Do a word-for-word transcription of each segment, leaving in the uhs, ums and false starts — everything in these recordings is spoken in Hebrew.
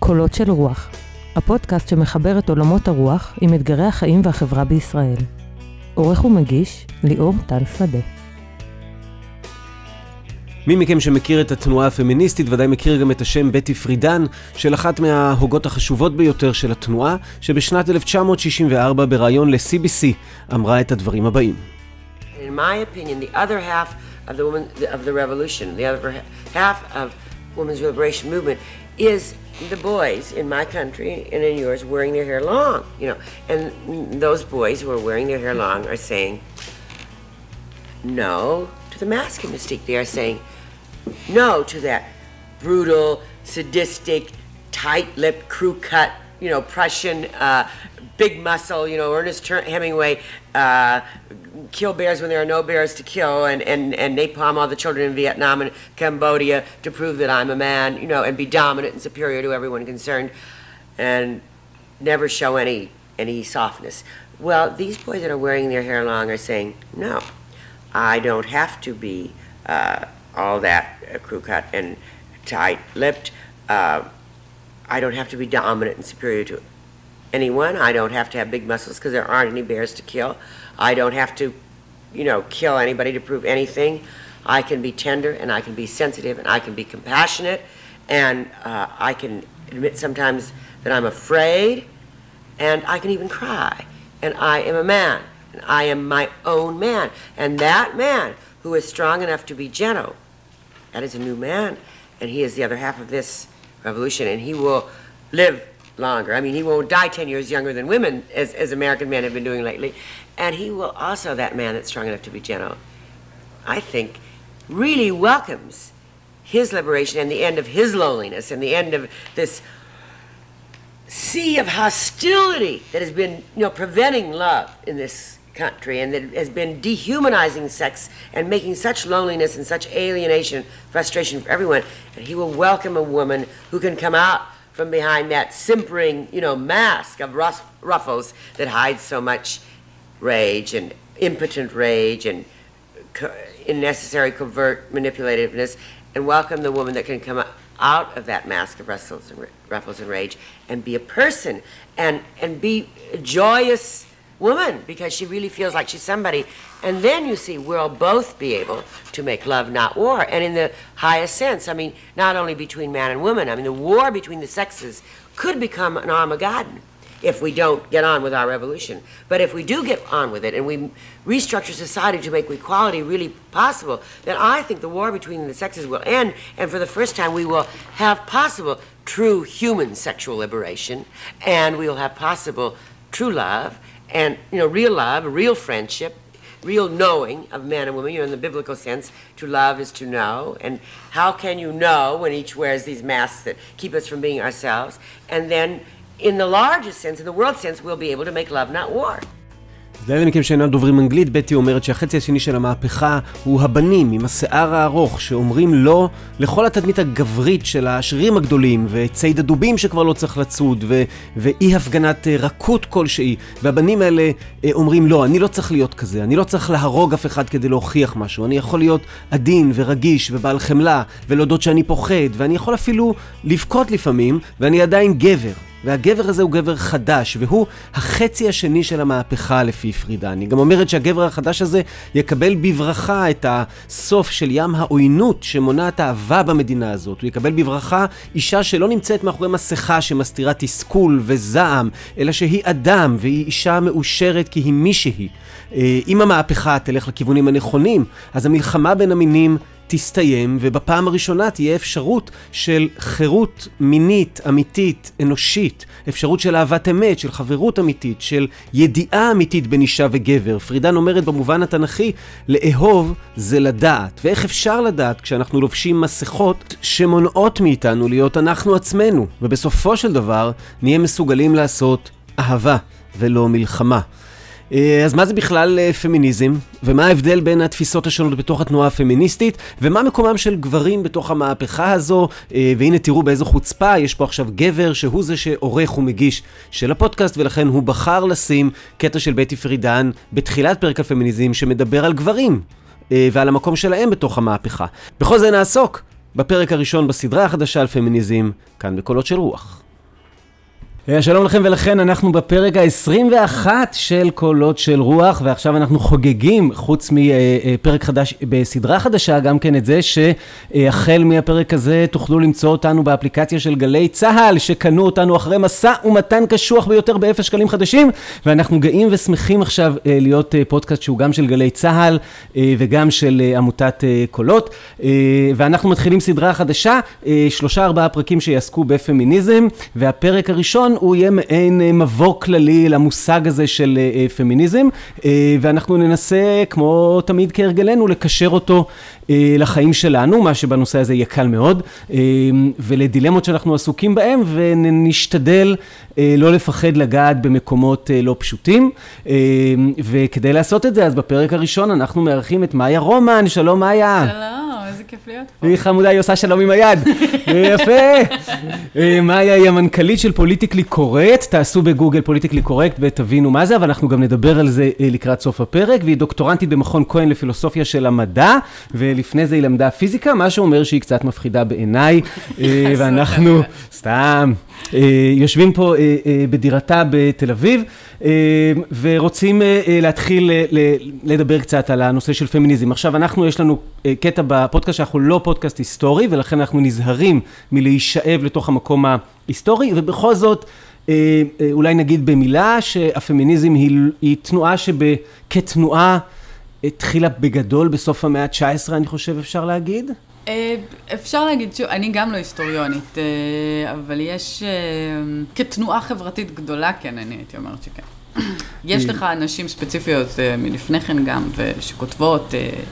קולות של רוח, הפודקאסט שמחבר את עולמות הרוח עם אתגרי החיים והחברה בישראל. עורך ומגיש, ליאור טל שדה. מי מכם שמכיר את התנועה הפמיניסטית ודאי מכיר גם את השם בטי פרידן, של אחת מההוגות החשובות ביותר של התנועה, שבשנת אלף תשע מאות שישים וארבע בראיון ל-סי בי סי אמרה את הדברים הבאים. In my opinion, the other half of the woman of the revolution, the other half of women's liberation movement is the boys in my country and in yours wearing their hair long, you know. And those boys who are wearing their hair long are saying no to the masculine mystique. They are saying no to that brutal, sadistic, tight-lipped, crew-cut, you know, Prussian, uh, big muscle, you know, Ernest Hemingway, uh, kill bears when there are no bears to kill, and, and, and napalm all the children in Vietnam and Cambodia to prove that I'm a man, you know, and be dominant and superior to everyone concerned, and never show any, any softness. Well, these boys that are wearing their hair long are saying, no, I don't have to be uh, all that uh, crew-cut and tight-lipped. Uh, I don't have to be dominant and superior to anyone. I don't have to have big muscles because there aren't any bears to kill. I don't have to, you know, kill anybody to prove anything. I can be tender and I can be sensitive and I can be compassionate and uh, I can admit sometimes that I'm afraid and I can even cry. And I am a man and I am my own man. And that man who is strong enough to be gentle, that is a new man, and he is the other half of this revolution, and he will live longer. I mean, he won't die ten years younger than women, as, as American men have been doing lately. And he will also, that man that's strong enough to be gentle, I think, really welcomes his liberation and the end of his loneliness and the end of this sea of hostility that has been, you know, preventing love in this country and that has been dehumanizing sex and making such loneliness and such alienation, frustration for everyone. And he will welcome a woman who can come out from behind that simpering, you know, mask of ruffles that hides so much rage and impotent rage and co- unnecessary covert manipulativeness, and welcome the woman that can come out of that mask of ruffles and, ruffles and rage and be a person and, and be a joyous woman because she really feels like she's somebody. And then you see we'll both be able to make love, not war. And in the highest sense, I mean, not only between man and woman, I mean, the war between the sexes could become an Armageddon if we don't get on with our revolution. But if we do get on with it and we restructure society to make equality really possible, then I think the war between the sexes will end, and for the first time we will have possible true human sexual liberation, and we will have possible true love, and, you know, real love, real friendship, real knowing of man and woman, you know, in the biblical sense, to love is to know. And how can you know when each wears these masks that keep us from being ourselves? And then, in the largest sense, in the world sense, we'll be able to make love, not war. לאלה מכם שאינם דוברים אנגלית, בטי אומרת שהחצי השני של המהפכה הוא הבנים עם השיער הארוך שאומרים לא לכל התדמית הגברית של השרירים הגדולים וציד הדובים שכבר לא צריך לצוד ו- ואי הפגנת רכות כלשהי, והבנים האלה אומרים לא, אני לא צריך להיות כזה, אני לא צריך להרוג אף אחד כדי להוכיח משהו, אני יכול להיות עדין ורגיש ובעל חמלה ולהודות שאני פוחד, ואני יכול אפילו לבכות לפעמים ואני עדיין גבר. והגבר הזה הוא גבר חדש, והוא החצי השני של המהפכה לפי פרידן. היא גם אומרת שהגבר החדש הזה יקבל בברכה את הסוף של ים העוינות שמונעת אהבה במדינה הזאת. הוא יקבל בברכה אישה שלא נמצאת מאחורי מסכה שמסתירה תסכול וזעם, אלא שהיא אדם והיא אישה מאושרת כי היא מישהי. אם המהפכה תלך לכיוונים הנכונים, אז המלחמה בין המינים תסתיים, ובפעם הראשונה תהיה אפשרות של חירות מינית, אמיתית, אנושית, אפשרות של אהבת אמת, של חברות אמיתית, של ידיעה אמיתית בין אישה וגבר. פרידן אומרת במובן התנ"כי, לאהוב זה לדעת. ואיך אפשר לדעת כשאנחנו לובשים מסכות שמונעות מאיתנו להיות אנחנו עצמנו, ובסופו של דבר נהיה מסוגלים לעשות אהבה ולא מלחמה. אז מה זה בכלל פמיניזם? ומה ההבדל בין התפיסות השונות בתוך התנועה הפמיניסטית? ומה מקומם של גברים בתוך המהפכה הזו? והנה תראו באיזו חוצפה, יש פה עכשיו גבר שהוא זה שעורך ומגיש של הפודקאסט, ולכן הוא בחר לשים קטע של בטי פרידן בתחילת פרק הפמיניזם שמדבר על גברים ועל המקום שלהם בתוך המהפכה. בכל זה נעסוק בפרק הראשון בסדרה החדשה על פמיניזם, כאן בקולות של רוח. שלום לכם, ולכן אנחנו בפרק ה-עשרים ואחת של קולות של רוח, ועכשיו אנחנו חוגגים, חוץ מפרק חדש בסדרה חדשה, גם כן את זה שהחל מהפרק הזה תוכלו למצוא אותנו באפליקציה של גלי צהל, שקנו אותנו אחרי מסע ומתן קשוח ביותר באפס שקלים חדשים, ואנחנו גאים ושמחים עכשיו להיות פודקאסט שהוא גם של גלי צהל וגם של עמותת קולות, ואנחנו מתחילים סדרה חדשה, שלושה ארבעה פרקים שיעסקו בפמיניזם, והפרק הראשון הוא יהיה מעין מבוא כללי למושג הזה של פמיניזם, ואנחנו ננסה, כמו תמיד כהרגלנו, לקשר אותו לחיים שלנו, מה שבנושא הזה יהיה קל מאוד, ולדילמות שאנחנו עסוקים בהם, ונשתדל לא לפחד לגעת במקומות לא פשוטים, וכדי לעשות את זה, אז בפרק הראשון אנחנו מארחים את מאיה רומן. שלום מאיה. שלום, איזה כיף להיות פה. היא חמודה, היא עושה שלום עם היד. יפה. מאיה היא המנכ"לית של פוליטיקלי קורקט, תעשו בגוגל פוליטיקלי קורקט ותבינו מה זה, אבל אנחנו גם נדבר על זה לקראת סוף הפרק, והיא דוקטורנטית במכון כהן לפילוסופיה של המדע, ולפני זה היא למדה פיזיקה, מה שאומר שהיא קצת מפחידה בעיניי, ואנחנו סתם יושבים פה בדירתה בתל אביב, ורוצים להתחיל לדבר קצת על הנושא של פמיניזם. עכשיו אנחנו, יש לנו קטע בפודקאסט שאנחנו לא פודקאסט היסטורי, ולכן אנחנו נזהרים מלהישאב לתוך המקום ההיסטורי, ובכל זאת אולי נגיד במילה שהפמיניזם היא, היא תנועה שכתנועה התחילה בגדול בסוף המאה ה-תשע עשרה, אני חושב אפשר להגיד? אפשר להגיד, שוב, אני גם לא היסטוריונית, אבל יש, כתנועה חברתית גדולה, כן, אני הייתי אומרת שכן. יש לך אנשים ספציפיות מלפני כן גם, שכותבות,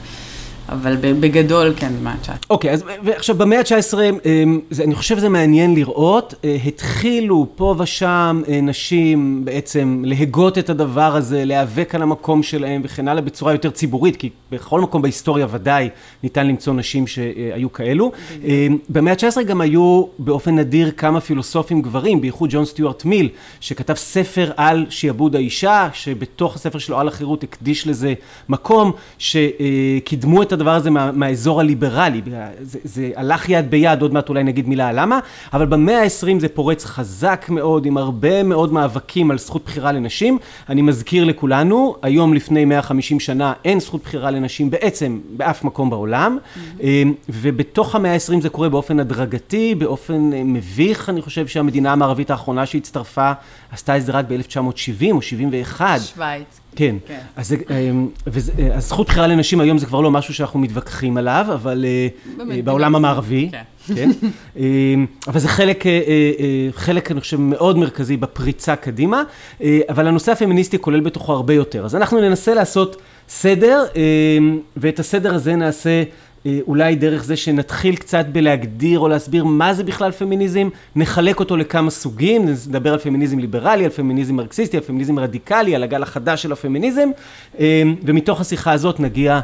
אבל בגדול, כן, במאה ה-תשע עשרה. אוקיי, אז עכשיו במאה ה-תשע עשרה, אני חושב שזה מעניין לראות, התחילו פה ושם נשים בעצם להגות את הדבר הזה, להיאבק על המקום שלהם וכן הלאה בצורה יותר ציבורית, כי בכל מקום בהיסטוריה ודאי ניתן למצוא נשים שהיו כאלו. במאה ה-תשע עשרה גם היו באופן נדיר כמה פילוסופים גברים, בייחוד ג'ון סטיוארט מיל, שכתב ספר על שיעבוד האישה, שבתוך הספר שלו על החירות הקדיש לזה מקום, שקידמו את הדבר הזה מה, מהאזור הליברלי, זה, זה הלך יד ביד, עוד מעט אולי נגיד מילה למה, אבל במאה ה-עשרים זה פורץ חזק מאוד, עם הרבה מאוד מאבקים על זכות בחירה לנשים. אני מזכיר לכולנו, היום לפני מאה וחמישים שנה אין זכות בחירה לנשים בעצם באף מקום בעולם, mm-hmm. ובתוך המאה ה-עשרים זה קורה באופן הדרגתי, באופן מביך. אני חושב שהמדינה המערבית האחרונה שהצטרפה, עשתה את זה רק ב-אלף תשע מאות שבעים או שבעים ואחת. שוויץ. כן, כן. אז הזכות בחירה לנשים היום זה כבר לא משהו שאנחנו מתווכחים עליו, אבל בעולם המערבי, כן. אבל זה חלק, חלק אני חושב מאוד מרכזי בפריצה קדימה, אבל הנושא הפמיניסטי כולל בתוכו הרבה יותר. אז אנחנו ננסה לעשות סדר, ואת הסדר הזה נעשה אולי דרך זה שנתחיל קצת בלהגדיר או להסביר מה זה בכלל פמיניזם, נחלק אותו לכמה סוגים, נדבר על פמיניזם ליברלי, על פמיניזם מרקסיסטי, על פמיניזם רדיקלי, על הגל החדש של הפמיניזם, ומתוך השיחה הזאת נגיע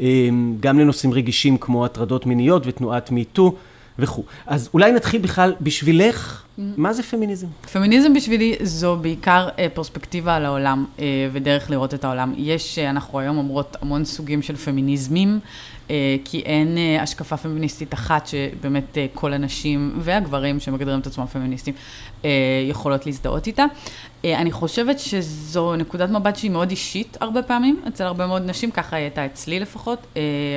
גם לנושאים רגישים כמו הטרדות מיניות ותנועת מיטו וכו'. אז אולי נתחיל בכלל בשבילך, מה זה פמיניזם? פמיניזם בשבילי זו בעיקר פרספקטיבה על העולם ודרך לראות את העולם. יש, אנחנו היום אומרות המון סוגים של פמיניזמים, כי אין השקפה פמיניסטית אחת שבאמת כל הנשים והגברים שמגדירים את עצמם פמיניסטים יכולות להזדהות איתה. אני חושבת שזו נקודת מבט שהיא מאוד אישית הרבה פעמים, אצל הרבה מאוד נשים, ככה הייתה אצלי לפחות,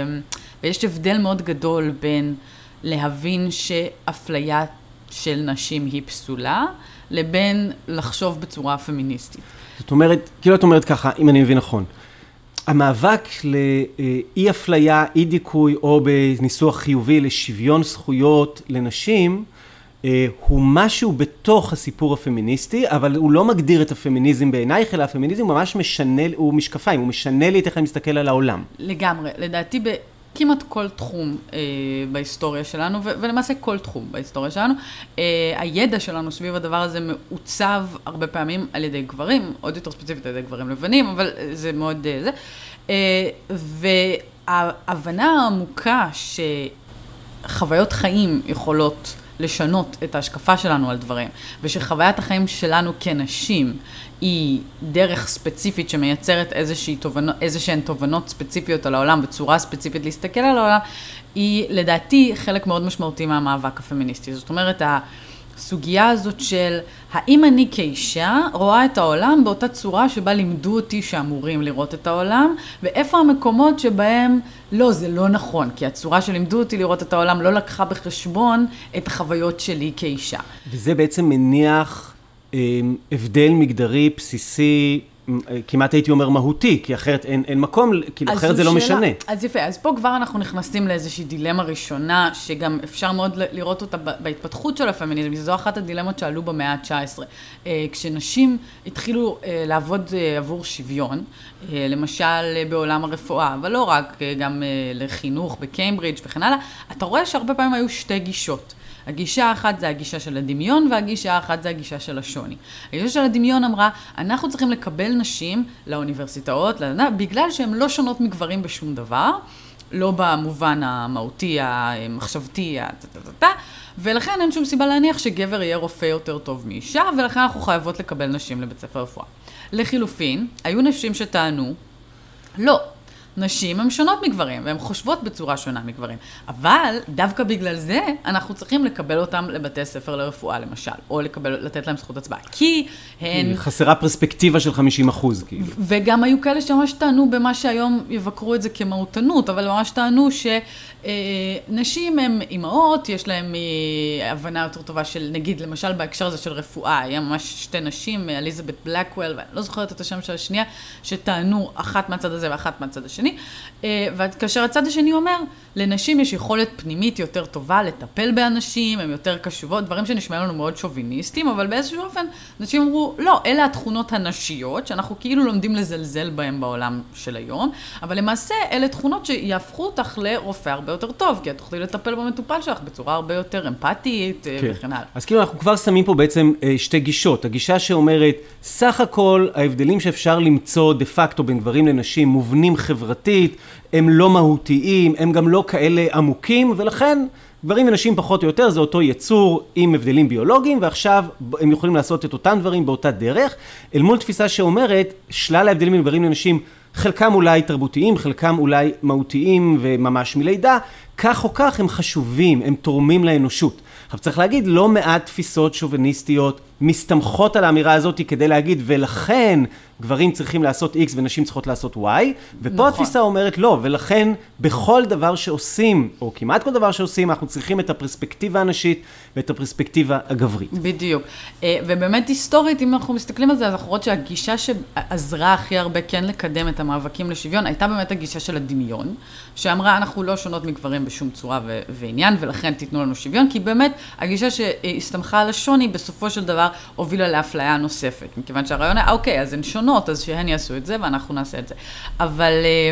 ויש הבדל מאוד גדול בין להבין שאפליה של נשים היא פסולה, לבין לחשוב בצורה פמיניסטית. זאת אומרת, כאילו את אומרת ככה, אם אני מבין נכון, המאבק לאי אפליה, אי דיכוי, או בניסוח חיובי לשוויון זכויות לנשים, הוא משהו בתוך הסיפור הפמיניסטי, אבל הוא לא מגדיר את הפמיניזם בעינייך, אלא הפמיניזם ממש משנה, הוא משקפיים, הוא משנה לי את איך אני מסתכל על העולם. לגמרי, לדעתי ב... כמעט כל תחום אה, בהיסטוריה שלנו, ו- ולמעשה כל תחום בהיסטוריה שלנו, אה, הידע שלנו סביב הדבר הזה מעוצב הרבה פעמים על ידי גברים, עוד יותר ספציפית על ידי גברים לבנים, אבל זה מאוד אה, זה. אה, וההבנה העמוקה שחוויות חיים יכולות לשנות את ההשקפה שלנו על דברים, ושחוויית החיים שלנו כנשים היא דרך ספציפית שמייצרת איזושהי תובנות, איזשהן תובנות ספציפיות על העולם, בצורה ספציפית להסתכל על העולם, היא לדעתי חלק מאוד משמעותי מהמאבק הפמיניסטי. זאת אומרת, הסוגיה הזאת של האם אני כאישה רואה את העולם באותה צורה שבה לימדו אותי שאמורים לראות את העולם, ואיפה המקומות שבהם לא, זה לא נכון, כי הצורה שלימדו אותי לראות את העולם לא לקחה בחשבון את החוויות שלי כאישה. וזה בעצם מניח אה, הבדל מגדרי בסיסי, כמעט הייתי אומר מהותי, כי אחרת אין, אין מקום, כאילו אחרת זה לא שאלה, משנה. אז יפה, אז פה כבר אנחנו נכנסים לאיזושהי דילמה ראשונה, שגם אפשר מאוד לראות אותה בהתפתחות של הפמיניזם, זו אחת הדילמות שעלו במאה ה-תשע עשרה. כשנשים התחילו לעבוד עבור שוויון, למשל בעולם הרפואה, אבל לא רק, גם לחינוך בקיימברידג' וכן הלאה, אתה רואה שהרבה פעמים היו שתי גישות. הגישה האחת זה הגישה של הדמיון, והגישה האחת זה הגישה של השוני. הגישה של הדמיון אמרה, אנחנו צריכים לקבל נשים לאוניברסיטאות, בגלל שהן לא שונות מגברים בשום דבר, לא במובן המהותי, המחשבתי, ולכן אין שום סיבה להניח שגבר יהיה רופא יותר טוב מאישה, ולכן אנחנו חייבות לקבל נשים לבית ספר רפואה. לחילופין, היו נשים שטענו, לא. נשים הן שונות מגברים, והן חושבות בצורה שונה מגברים. אבל דווקא בגלל זה, אנחנו צריכים לקבל אותם לבתי ספר לרפואה, למשל, או לקבל, לתת להם זכות הצבעה. כי הן... חסרה פרספקטיבה של חמישים אחוז, כאילו. וגם היו כאלה שממש טענו במה שהיום יבקרו את זה כמהותנות, אבל ממש טענו שנשים הן אימהות, יש להם הבנה יותר טובה של, נגיד, למשל, בהקשר הזה של רפואה, היה ממש שתי נשים, אליזבת בלקוול, ואני לא זוכרת את השם של השנייה, שטענו אחת מהצד הזה ואחת מהצד השני. וכאשר הצד השני אומר, לנשים יש יכולת פנימית יותר טובה לטפל באנשים, הן יותר קשובות, דברים שנשמעים לנו מאוד שוביניסטים, אבל באיזשהו אופן, נשים אמרו, לא, אלה התכונות הנשיות, שאנחנו כאילו לומדים לזלזל בהן בעולם של היום, אבל למעשה אלה תכונות שיהפכו אותך לרופא הרבה יותר טוב, כי את תוכלי לטפל במטופל שלך בצורה הרבה יותר אמפתית כן. וכן הלאה. אז כאילו אנחנו כבר שמים פה בעצם שתי גישות. הגישה שאומרת, סך הכל ההבדלים שאפשר למצוא דה פקטו בין גברים לנשים מובנים חברתית, הם לא מהותיים, הם גם לא כאלה עמוקים, ולכן גברים ונשים פחות או יותר זה אותו יצור עם הבדלים ביולוגיים, ועכשיו הם יכולים לעשות את אותם דברים באותה דרך, אל מול תפיסה שאומרת, שלל ההבדלים בין גברים לנשים, חלקם אולי תרבותיים, חלקם אולי מהותיים וממש מלידה, כך או כך הם חשובים, הם תורמים לאנושות. עכשיו צריך להגיד, לא מעט תפיסות שוביניסטיות מסתמכות על האמירה הזאת כדי להגיד, ולכן גברים צריכים לעשות X ונשים צריכות לעשות Y, ופה נכון. התפיסה אומרת לא, ולכן בכל דבר שעושים, או כמעט כל דבר שעושים, אנחנו צריכים את הפרספקטיבה הנשית ואת הפרספקטיבה הגברית. בדיוק. ובאמת היסטורית, אם אנחנו מסתכלים על זה, אז אנחנו רואות שהגישה שעזרה הכי הרבה כן לקדם את המאבקים לשוויון, הייתה באמת הגישה של הדמיון, שאמרה, אנחנו לא שונות מגברים בשום צורה ו- ועניין, ולכן תיתנו לנו שוויון, כי באמת הגישה שהסתמכה על השוני, בסופו של דבר הובילה לאפליה נוספת, מכיוון שהרעיון היה, אוקיי, אז הן שונות, אז שהן יעשו את זה, ואנחנו נעשה את זה. אבל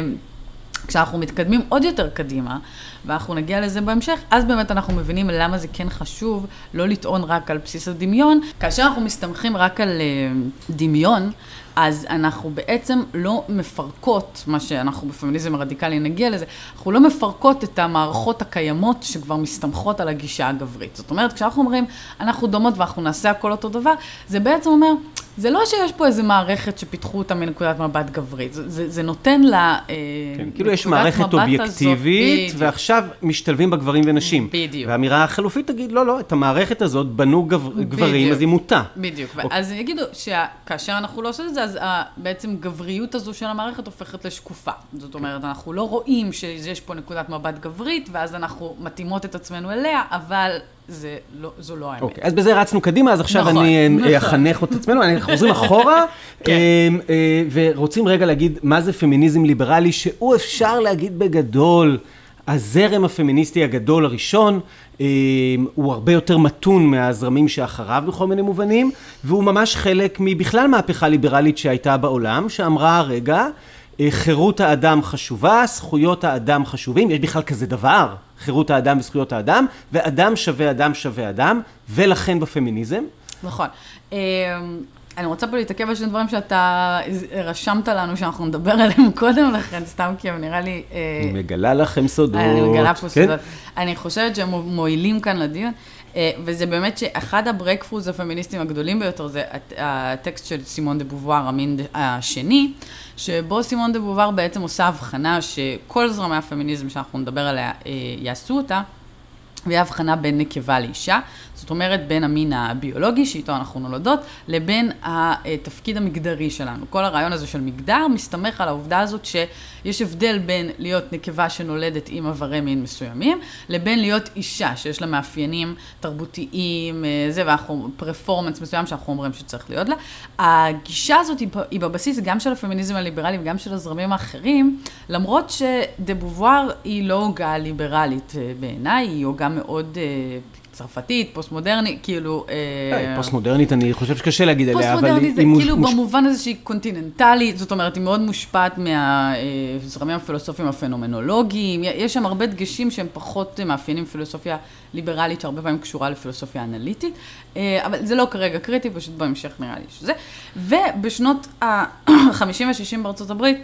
כשאנחנו מתקדמים עוד יותר קדימה, ואנחנו נגיע לזה בהמשך, אז באמת אנחנו מבינים למה זה כן חשוב לא לטעון רק על בסיס הדמיון. כאשר אנחנו מסתמכים רק על דמיון, אז אנחנו בעצם לא מפרקות, מה שאנחנו בפמיניזם הרדיקלי נגיע לזה, אנחנו לא מפרקות את המערכות הקיימות שכבר מסתמכות על הגישה הגברית. זאת אומרת, כשאנחנו אומרים, אנחנו דומות ואנחנו נעשה הכל אותו דבר, זה בעצם אומר, זה לא שיש פה איזו מערכת שפיתחו אותה מנקודת מבט גברית, זה, זה, זה נותן לה כן, כאילו יש מערכת אובייקטיבית, הזאת, ועכשיו משתלבים בגברים ונשים. בדיוק. והאמירה החלופית תגיד, לא, לא, את המערכת הזאת בנו גבר, גברים, אז היא מוטה. בדיוק. אוקיי. אז יגידו שכאשר אנחנו לא עושים את זה, אז בעצם גבריות הזו של המערכת הופכת לשקופה. זאת אומרת, אנחנו לא רואים שיש פה נקודת מבט גברית, ואז אנחנו מתאימות את עצמנו אליה, אבל זה לא, זו לא האמת. אוקיי, אז בזה רצנו קדימה, אז עכשיו נכון, אני נכון. אחנך את עצמנו, אנחנו חוזרים אחורה, כן. ורוצים רגע להגיד מה זה פמיניזם ליברלי, שהוא אפשר להגיד בגדול, הזרם הפמיניסטי הגדול הראשון, הוא הרבה יותר מתון מהזרמים שאחריו בכל מיני מובנים, והוא ממש חלק מבכלל מהפכה ליברלית שהייתה בעולם, שאמרה, רגע, חירות האדם חשובה, זכויות האדם חשובים, יש בכלל כזה דבר, חירות האדם וזכויות האדם, ואדם שווה אדם שווה אדם, ולכן בפמיניזם. נכון. אני רוצה פה להתעכב על שני דברים שאתה רשמת לנו שאנחנו נדבר עליהם קודם לכן, סתם כי הם נראה לי... אני מגלה לכם סודות. אני מגלה פה סודות. אני חושבת שהם מועילים כאן לדיון, וזה באמת שאחד הברקפרוז הפמיניסטים הגדולים ביותר, זה הטקסט של סימון דה בובואר, המין השני, שבו סימון דה בובואר בעצם עושה הבחנה שכל זרמי הפמיניזם שאנחנו נדבר עליה יעשו אותה, והיא הבחנה בין נקבה לאישה, זאת אומרת בין המין הביולוגי שאיתו אנחנו נולדות, לבין התפקיד המגדרי שלנו. כל הרעיון הזה של מגדר מסתמך על העובדה הזאת שיש הבדל בין להיות נקבה שנולדת עם עברי מין מסוימים, לבין להיות אישה שיש לה מאפיינים תרבותיים, זה ואנחנו, פרפורמנס מסוים שאנחנו אומרים שצריך להיות לה. הגישה הזאת היא בבסיס גם של הפמיניזם הליברלי וגם של הזרמים האחרים, למרות שדה בובואר היא לא הוגה ליברלית בעיניי, היא הוגה מאוד צרפתית, פוסט-מודרנית, כאילו... פוסט-מודרנית, אני חושב שקשה להגיד עליה, אבל... פוסט-מודרנית זה כאילו במובן הזה שהיא קונטיננטלית, זאת אומרת, היא מאוד מושפעת מהזרמים הפילוסופיים הפנומנולוגיים, יש שם הרבה דגשים שהם פחות מאפיינים פילוסופיה ליברלית, שהרבה פעמים קשורה לפילוסופיה אנליטית, אבל זה לא כרגע קריטי, פשוט בהמשך נראה לי שזה. ובשנות ה-חמישים ו-שישים בארצות הברית,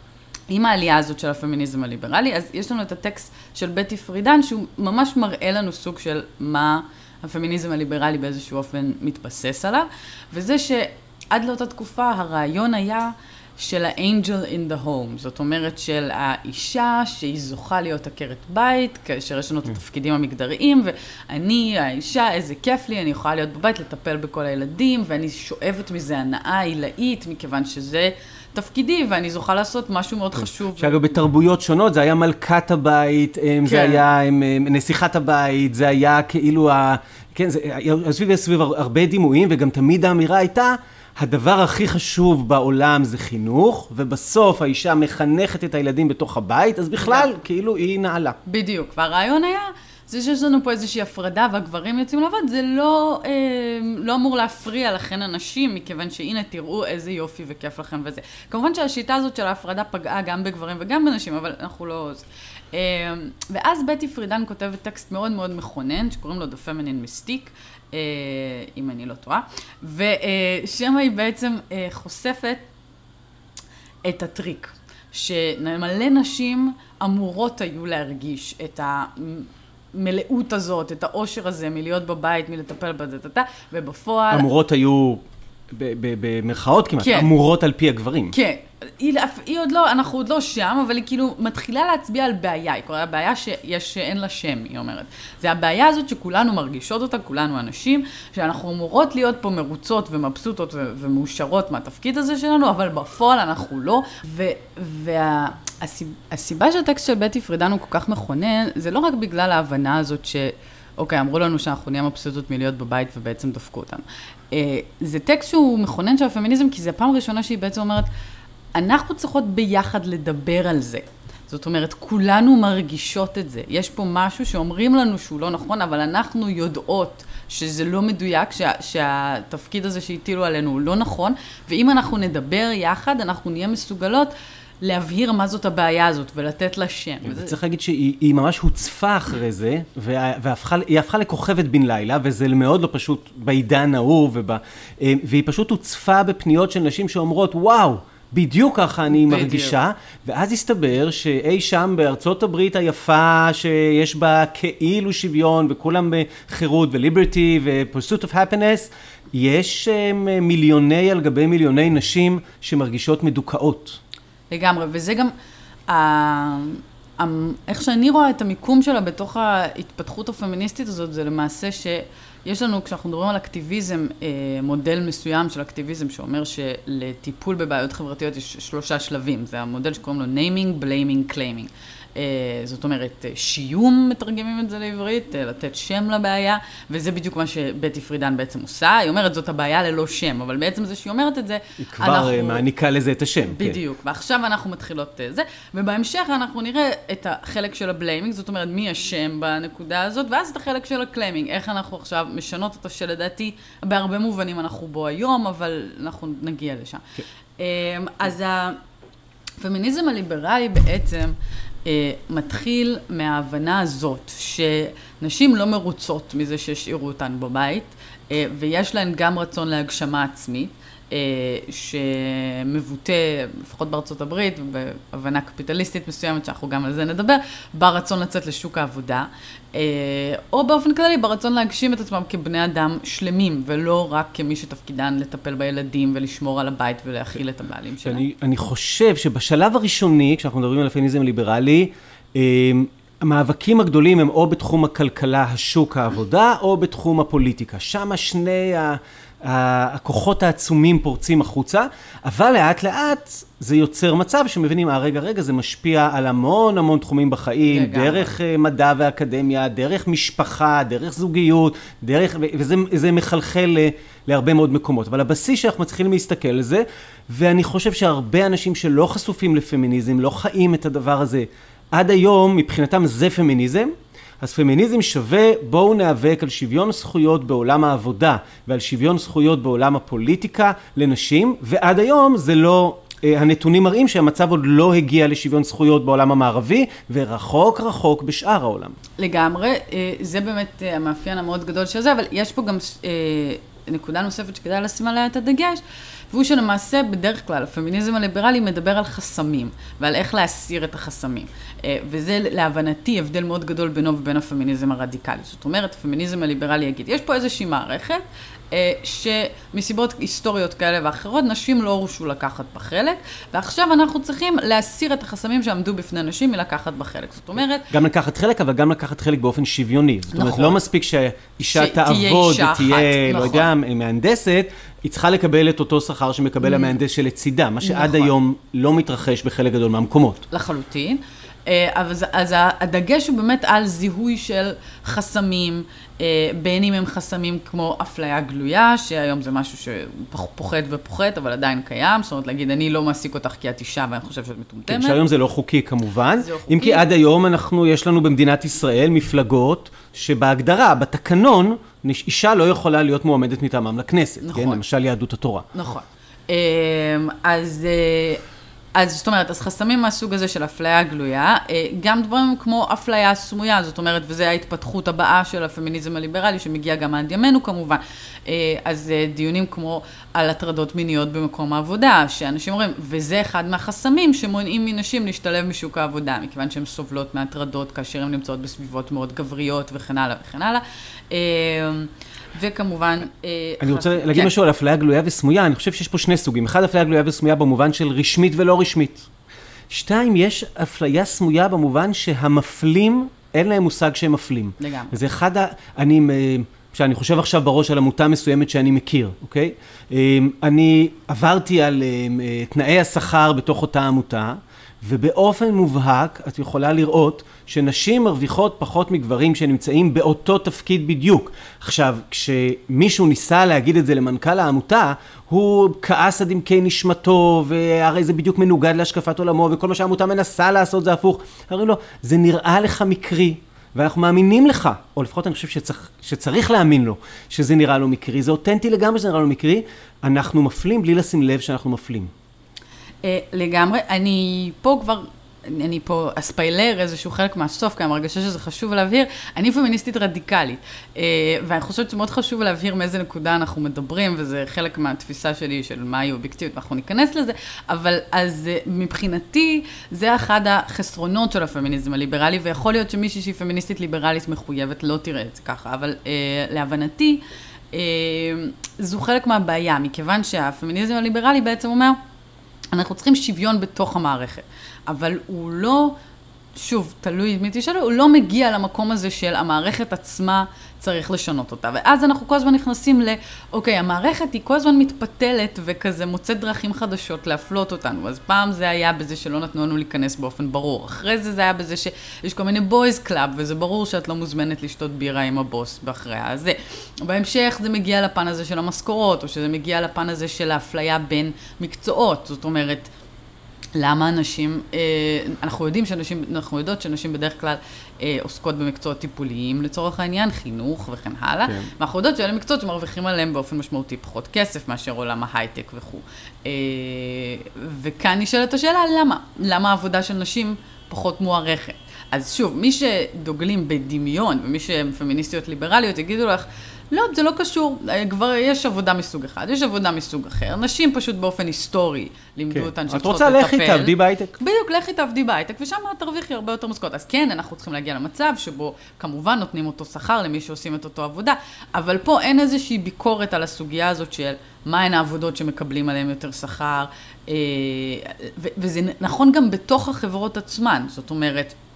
עם העלייה הזאת של הפמיניזם הליברלי, אז יש לנו את הטקסט של בטי פרידן, שהוא ממש מראה לנו סוג של מה הפמיניזם הליברלי באיזשהו אופן מתבסס עליו, וזה שעד לאותה תקופה הרעיון היה של ה-angel in the home, זאת אומרת של האישה שהיא זוכה להיות עקרת בית, כאשר יש לנו את התפקידים המגדריים, ואני, האישה, איזה כיף לי, אני יכולה להיות בבית, לטפל בכל הילדים, ואני שואבת מזה הנאה עילאית, מכיוון שזה תפקידי, ואני זוכה לעשות משהו מאוד חשוב. שאגב, בתרבויות שונות, זה היה מלכת הבית, זה היה נסיכת הבית, זה היה כאילו, כן, סביב סביב הרבה דימויים, וגם תמיד האמירה הייתה, הדבר הכי חשוב בעולם זה חינוך, ובסוף האישה מחנכת את הילדים בתוך הבית, אז בכלל, כאילו, היא נעלה. בדיוק, והרעיון היה, זה שיש לנו פה איזושהי הפרדה והגברים יוצאים לעבוד, זה לא, אה, לא אמור להפריע לכן אנשים, מכיוון שהנה תראו איזה יופי וכיף לכם וזה. כמובן שהשיטה הזאת של ההפרדה פגעה גם בגברים וגם בנשים, אבל אנחנו לא... אה, ואז בטי פרידן כותבת טקסט מאוד מאוד מכונן, שקוראים לו The Feminine Mystique, אה, אם אני לא טועה, ושם היא בעצם אה, חושפת את הטריק, שמלא נשים אמורות היו להרגיש את ה... מלאות הזאת, את האושר הזה, מלהיות בבית, מלטפל בזה, ובפועל... אמורות היו, במרכאות כמעט, כן. אמורות על פי הגברים. כן. היא, היא עוד לא, אנחנו עוד לא שם, אבל היא כאילו מתחילה להצביע על בעיה. היא קוראה בעיה שיש, שאין לה שם, היא אומרת. זה הבעיה הזאת שכולנו מרגישות אותה, כולנו אנשים, שאנחנו אמורות להיות פה מרוצות ומבסוטות ו- ומאושרות מהתפקיד הזה שלנו, אבל בפועל אנחנו לא. ו- וה... הסיבה שהטקסט של בטי פרידן הוא כל כך מכונן, זה לא רק בגלל ההבנה הזאת ש... אוקיי, אמרו לנו שאנחנו נהיה מבסוטות מלהיות בבית ובעצם דפקו אותנו. זה טקסט שהוא מכונן של הפמיניזם, כי זה הפעם הראשונה שהיא בעצם אומרת, אנחנו צריכות ביחד לדבר על זה. זאת אומרת, כולנו מרגישות את זה. יש פה משהו שאומרים לנו שהוא לא נכון, אבל אנחנו יודעות שזה לא מדויק, שה, שהתפקיד הזה שהטילו עלינו הוא לא נכון, ואם אנחנו נדבר יחד, אנחנו נהיה מסוגלות להבהיר מה זאת הבעיה הזאת ולתת לה שם. צריך להגיד שהיא ממש הוצפה אחרי זה, והיא הפכה לכוכבת בן לילה, וזה מאוד לא פשוט בעידן ההוא, והיא פשוט הוצפה בפניות של נשים שאומרות, וואו, בדיוק ככה אני מרגישה, ואז הסתבר שאי שם בארצות הברית היפה, שיש בה כאילו שוויון, וכולם בחירות וליברטי ופרסוט אוף הפינס, יש מיליוני על גבי מיליוני נשים שמרגישות מדוכאות. לגמרי, וזה גם, איך שאני רואה את המיקום שלה בתוך ההתפתחות הפמיניסטית הזאת, זה למעשה שיש לנו, כשאנחנו מדברים על אקטיביזם, מודל מסוים של אקטיביזם שאומר שלטיפול בבעיות חברתיות יש שלושה שלבים. זה המודל שקוראים לו naming, blaming, claiming. זאת אומרת, שיום, מתרגמים את זה לעברית, לתת שם לבעיה, וזה בדיוק מה שבטי פרידן בעצם עושה. היא אומרת, זאת הבעיה ללא שם, אבל בעצם זה שהיא אומרת את זה, היא כבר אנחנו... מעניקה לזה את השם. בדיוק, כן. ועכשיו אנחנו מתחילות זה, ובהמשך אנחנו נראה את החלק של הבליימינג, זאת אומרת, מי השם בנקודה הזאת, ואז את החלק של הקליימינג, איך אנחנו עכשיו משנות אותו, שלדעתי, בהרבה מובנים אנחנו בו היום, אבל אנחנו נגיע לשם. כן. אז הפמיניזם הליברלי בעצם, מתחיל מההבנה הזאת שנשים לא מרוצות מזה שהשאירו אותן בבית, ויש להן גם רצון להגשמה עצמית, שמבוטא, לפחות בארצות הברית, בהבנה קפיטליסטית מסוימת, שאנחנו גם על זה נדבר, ברצון לצאת לשוק העבודה, או באופן כללי, ברצון להגשים את עצמם כבני אדם שלמים, ולא רק כמי שתפקידן לטפל בילדים ולשמור על הבית ולהכיל את הבעלים שלהם. אני, אני חושב שבשלב הראשוני, כשאנחנו מדברים על הפמיניזם הליברלי, המאבקים הגדולים הם או בתחום הכלכלה, השוק, העבודה, או בתחום הפוליטיקה. שם שני ה... הכוחות העצומים פורצים החוצה, אבל לאט לאט זה יוצר מצב שמבינים, הרגע רגע זה משפיע על המון המון תחומים בחיים, לגמרי. דרך מדע ואקדמיה, דרך משפחה, דרך זוגיות, דרך, וזה זה מחלחל להרבה מאוד מקומות. אבל הבסיס שאנחנו מצליחים להסתכל על זה, ואני חושב שהרבה אנשים שלא חשופים לפמיניזם, לא חיים את הדבר הזה, עד היום מבחינתם זה פמיניזם, אז פמיניזם שווה, בואו נאבק על שוויון זכויות בעולם העבודה ועל שוויון זכויות בעולם הפוליטיקה לנשים, ועד היום זה לא, הנתונים מראים שהמצב עוד לא הגיע לשוויון זכויות בעולם המערבי, ורחוק רחוק בשאר העולם. לגמרי, זה באמת המאפיין המאוד גדול של זה, אבל יש פה גם נקודה נוספת שכדאי לשים עליה את הדגש, והוא שלמעשה בדרך כלל הפמיניזם הליברלי מדבר על חסמים ועל איך להסיר את החסמים. וזה להבנתי הבדל מאוד גדול בינו ובין הפמיניזם הרדיקלי. זאת אומרת, הפמיניזם הליברלי יגיד, יש פה איזושהי מערכת שמסיבות היסטוריות כאלה ואחרות, נשים לא הורשו לקחת בחלק, ועכשיו אנחנו צריכים להסיר את החסמים שעמדו בפני נשים מלקחת בחלק. זאת אומרת... גם לקחת חלק, אבל גם לקחת חלק באופן שוויוני. זאת אומרת, לא מספיק שהאישה תעבוד ותהיה, לא יודע, מהנדסת, היא צריכה לקבל את אותו שכר שמקבל המהנדס שלצידה, מה שעד היום לא מתרחש בחלק גדול מהמקומות. לחלוטין. אז, אז הדגש הוא באמת על זיהוי של חסמים, בין אם הם חסמים כמו אפליה גלויה, שהיום זה משהו שפוחת ופוחת, אבל עדיין קיים, זאת אומרת להגיד, אני לא מעסיק אותך כי את אישה ואני חושב שאת מטומטמת. כן, שהיום זה לא חוקי כמובן, זה לא חוקי. אם כי עד היום אנחנו, יש לנו במדינת ישראל מפלגות שבהגדרה, בתקנון, אישה לא יכולה להיות מועמדת מטעמם לכנסת, נכון. כן, למשל יהדות התורה. נכון. אז... אז זאת אומרת, אז חסמים מהסוג הזה של אפליה גלויה, גם דברים כמו אפליה סמויה, זאת אומרת, וזה ההתפתחות הבאה של הפמיניזם הליברלי, שמגיע גם עד ימינו כמובן. אז דיונים כמו על הטרדות מיניות במקום העבודה, שאנשים אומרים, וזה אחד מהחסמים שמונעים מנשים להשתלב משוק העבודה, מכיוון שהן סובלות מהטרדות, כאשר הן נמצאות בסביבות מאוד גבריות וכן הלאה וכן הלאה. וכמובן... אני רוצה להגיד משהו על אפליה גלויה וסמויה, אני חושב שיש פה שני סוגים. אחד, אפליה גלויה וסמויה במובן של רשמית ולא רשמית. שתיים, יש אפליה סמויה במובן שהמפלים, אין להם מושג שהם מפלים. לגמרי. זה אחד, ה... אני, שאני חושב עכשיו בראש על עמותה מסוימת שאני מכיר, אוקיי? אני עברתי על תנאי השכר בתוך אותה עמותה, ובאופן מובהק את יכולה לראות שנשים מרוויחות פחות מגברים שנמצאים באותו תפקיד בדיוק. עכשיו, כשמישהו ניסה להגיד את זה למנכ"ל העמותה, הוא כעס עד עמקי נשמתו, והרי זה בדיוק מנוגד להשקפת עולמו, וכל מה שהעמותה מנסה לעשות זה הפוך. הרי לא, זה נראה לך מקרי, ואנחנו מאמינים לך, או לפחות אני חושב שצריך, שצריך להאמין לו, שזה נראה לו מקרי. זה אותנטי לגמרי שזה נראה לו מקרי. אנחנו מפלים בלי לשים לב שאנחנו מפלים. לגמרי, אני פה כבר, אני פה אספיילר איזשהו חלק מהסוף, כי אני מרגישה שזה חשוב להבהיר, אני פמיניסטית רדיקלית, ואני חושבת שמאוד חשוב להבהיר מאיזה נקודה אנחנו מדברים, וזה חלק מהתפיסה שלי של מהי אובייקטיביות, ואנחנו ניכנס לזה, אבל אז מבחינתי, זה אחד החסרונות של הפמיניזם הליברלי, ויכול להיות שמישהי שהיא פמיניסטית ליברלית מחויבת, לא תראה את זה ככה, אבל להבנתי, זו חלק מהבעיה, מכיוון שהפמיניזם הליברלי בעצם אומר, אנחנו צריכים שוויון בתוך המערכת, אבל הוא לא, שוב, תלוי מי תשאלו, הוא לא מגיע למקום הזה של המערכת עצמה צריך לשנות אותה. ואז אנחנו כל הזמן נכנסים ל, אוקיי, המערכת היא כל הזמן מתפתלת וכזה מוצאת דרכים חדשות להפלות אותנו. אז פעם זה היה בזה שלא נתנו לנו להיכנס באופן ברור. אחרי זה זה היה בזה שיש כל מיני בויז קלאב, וזה ברור שאת לא מוזמנת לשתות בירה עם הבוס באחרי הזה. בהמשך זה מגיע לפן הזה של המשכורות, או שזה מגיע לפן הזה של האפליה בין מקצועות. זאת אומרת, למה אנשים, אנחנו יודעים שאנשים, אנחנו יודעות שאנשים בדרך כלל עוסקות במקצועות טיפוליים, לצורך העניין, חינוך וכן הלאה, כן. ואנחנו יודעות שאלה מקצועות שמרוויחים עליהם באופן משמעותי פחות כסף מאשר עולם ההייטק וכו'. וכאן נשאלת השאלה, למה? למה העבודה של נשים פחות מוערכת? אז שוב, מי שדוגלים בדמיון, ומי שהם פמיניסטיות ליברליות, יגידו לך, לא, זה לא קשור, כבר יש עבודה מסוג אחד, יש עבודה מסוג אחר, נשים פשוט באופן היסטורי לימדו אותן שצריכות לטפל. את רוצה לכי תעבדי בהייטק? בדיוק, לכי תעבדי בהייטק, ושם תרוויחי הרבה יותר משכורת. אז כן, אנחנו צריכים להגיע למצב שבו כמובן נותנים אותו שכר למי שעושים את אותו עבודה, אבל פה אין איזושהי ביקורת על הסוגיה הזאת של מהן העבודות שמקבלים עליהם יותר שכר, וזה נכון גם בתוך החברות עצמן, זאת אומרת,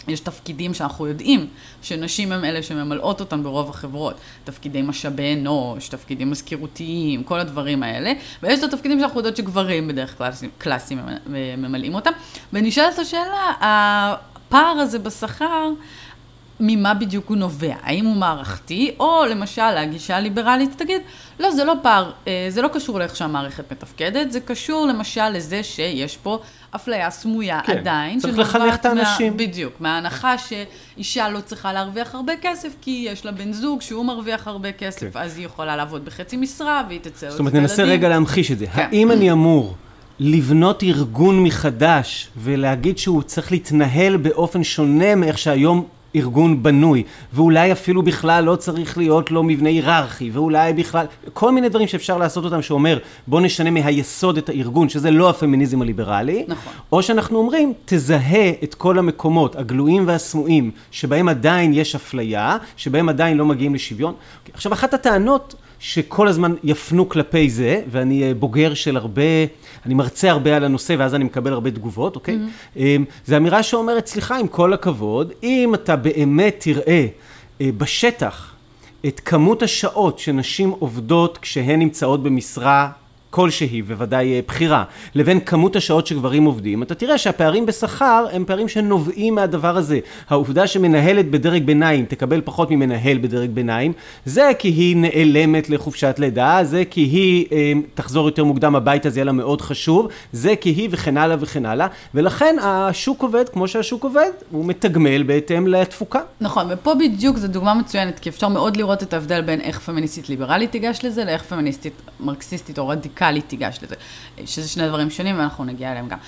יש תפקידים שאנחנו יודעים שנשים הם אלה שממלאות אותם ברוב החברות. תפקידי משאבי אנוש, תפקידים מזכירותיים, כל הדברים האלה. ויש את התפקידים שאנחנו יודעות שגברים בדרך כלל קלאסיים ממלאים אותם. ונשאלת השאלה, הפער הזה בשכר, ממה בדיוק הוא נובע? האם הוא מערכתי, או למשל, הגישה הליברלית תגיד, לא, זה לא פער, זה לא קשור לאיך שהמערכת מתפקדת, זה קשור למשל לזה שיש פה אפליה סמויה כן, עדיין. צריך לחנך את האנשים. מה, בדיוק, מההנחה שאישה לא צריכה להרוויח הרבה כסף, כי יש לה בן זוג שהוא מרוויח הרבה כסף, כן. אז היא יכולה לעבוד בחצי משרה, והיא תצא... זאת אומרת, ננסה רגע להמחיש את זה. כן. האם אני אמור לבנות ארגון מחדש, ולהגיד שהוא צריך להתנהל באופן שונה מאיך שהיום ארגון בנוי, ואולי אפילו בכלל לא צריך להיות לו מבנה היררכי, ואולי בכלל, כל מיני דברים שאפשר לעשות אותם שאומר, בוא נשנה מהיסוד את הארגון, שזה לא הפמיניזם הליברלי, נכון. או שאנחנו אומרים, תזהה את כל המקומות הגלויים והסמויים, שבהם עדיין יש אפליה, שבהם עדיין לא מגיעים לשוויון. עכשיו, אחת הטענות שכל הזמן יפנו כלפי זה, ואני בוגר של הרבה, אני מרצה הרבה על הנושא, ואז אני מקבל הרבה תגובות, אוקיי? Mm-hmm. זו אמירה שאומרת, סליחה, עם כל הכבוד, אם אתה באמת תראה בשטח את כמות השעות שנשים עובדות כשהן נמצאות במשרה כלשהי, בוודאי בחירה, לבין כמות השעות שגברים עובדים, אתה תראה שהפערים בשכר הם פערים שנובעים מהדבר הזה. העובדה שמנהלת בדרג ביניים תקבל פחות ממנהל בדרג ביניים, זה כי היא נעלמת לחופשת לידה, זה כי היא אה, תחזור יותר מוקדם הביתה, זה יהיה לה מאוד חשוב, זה כי היא וכן הלאה וכן הלאה, ולכן השוק עובד כמו שהשוק עובד, הוא מתגמל בהתאם לתפוקה. נכון, ופה בדיוק זו דוגמה מצוינת, כי אפשר מאוד לראות את ההבדל בין איך פמיניסטית ליברלית תיגש לזה, לאיך פמיניסטית מרקסיסטית או רדיקלית תיגש לזה, שזה שני דברים שונים ואנחנו נגיע אליהם גם.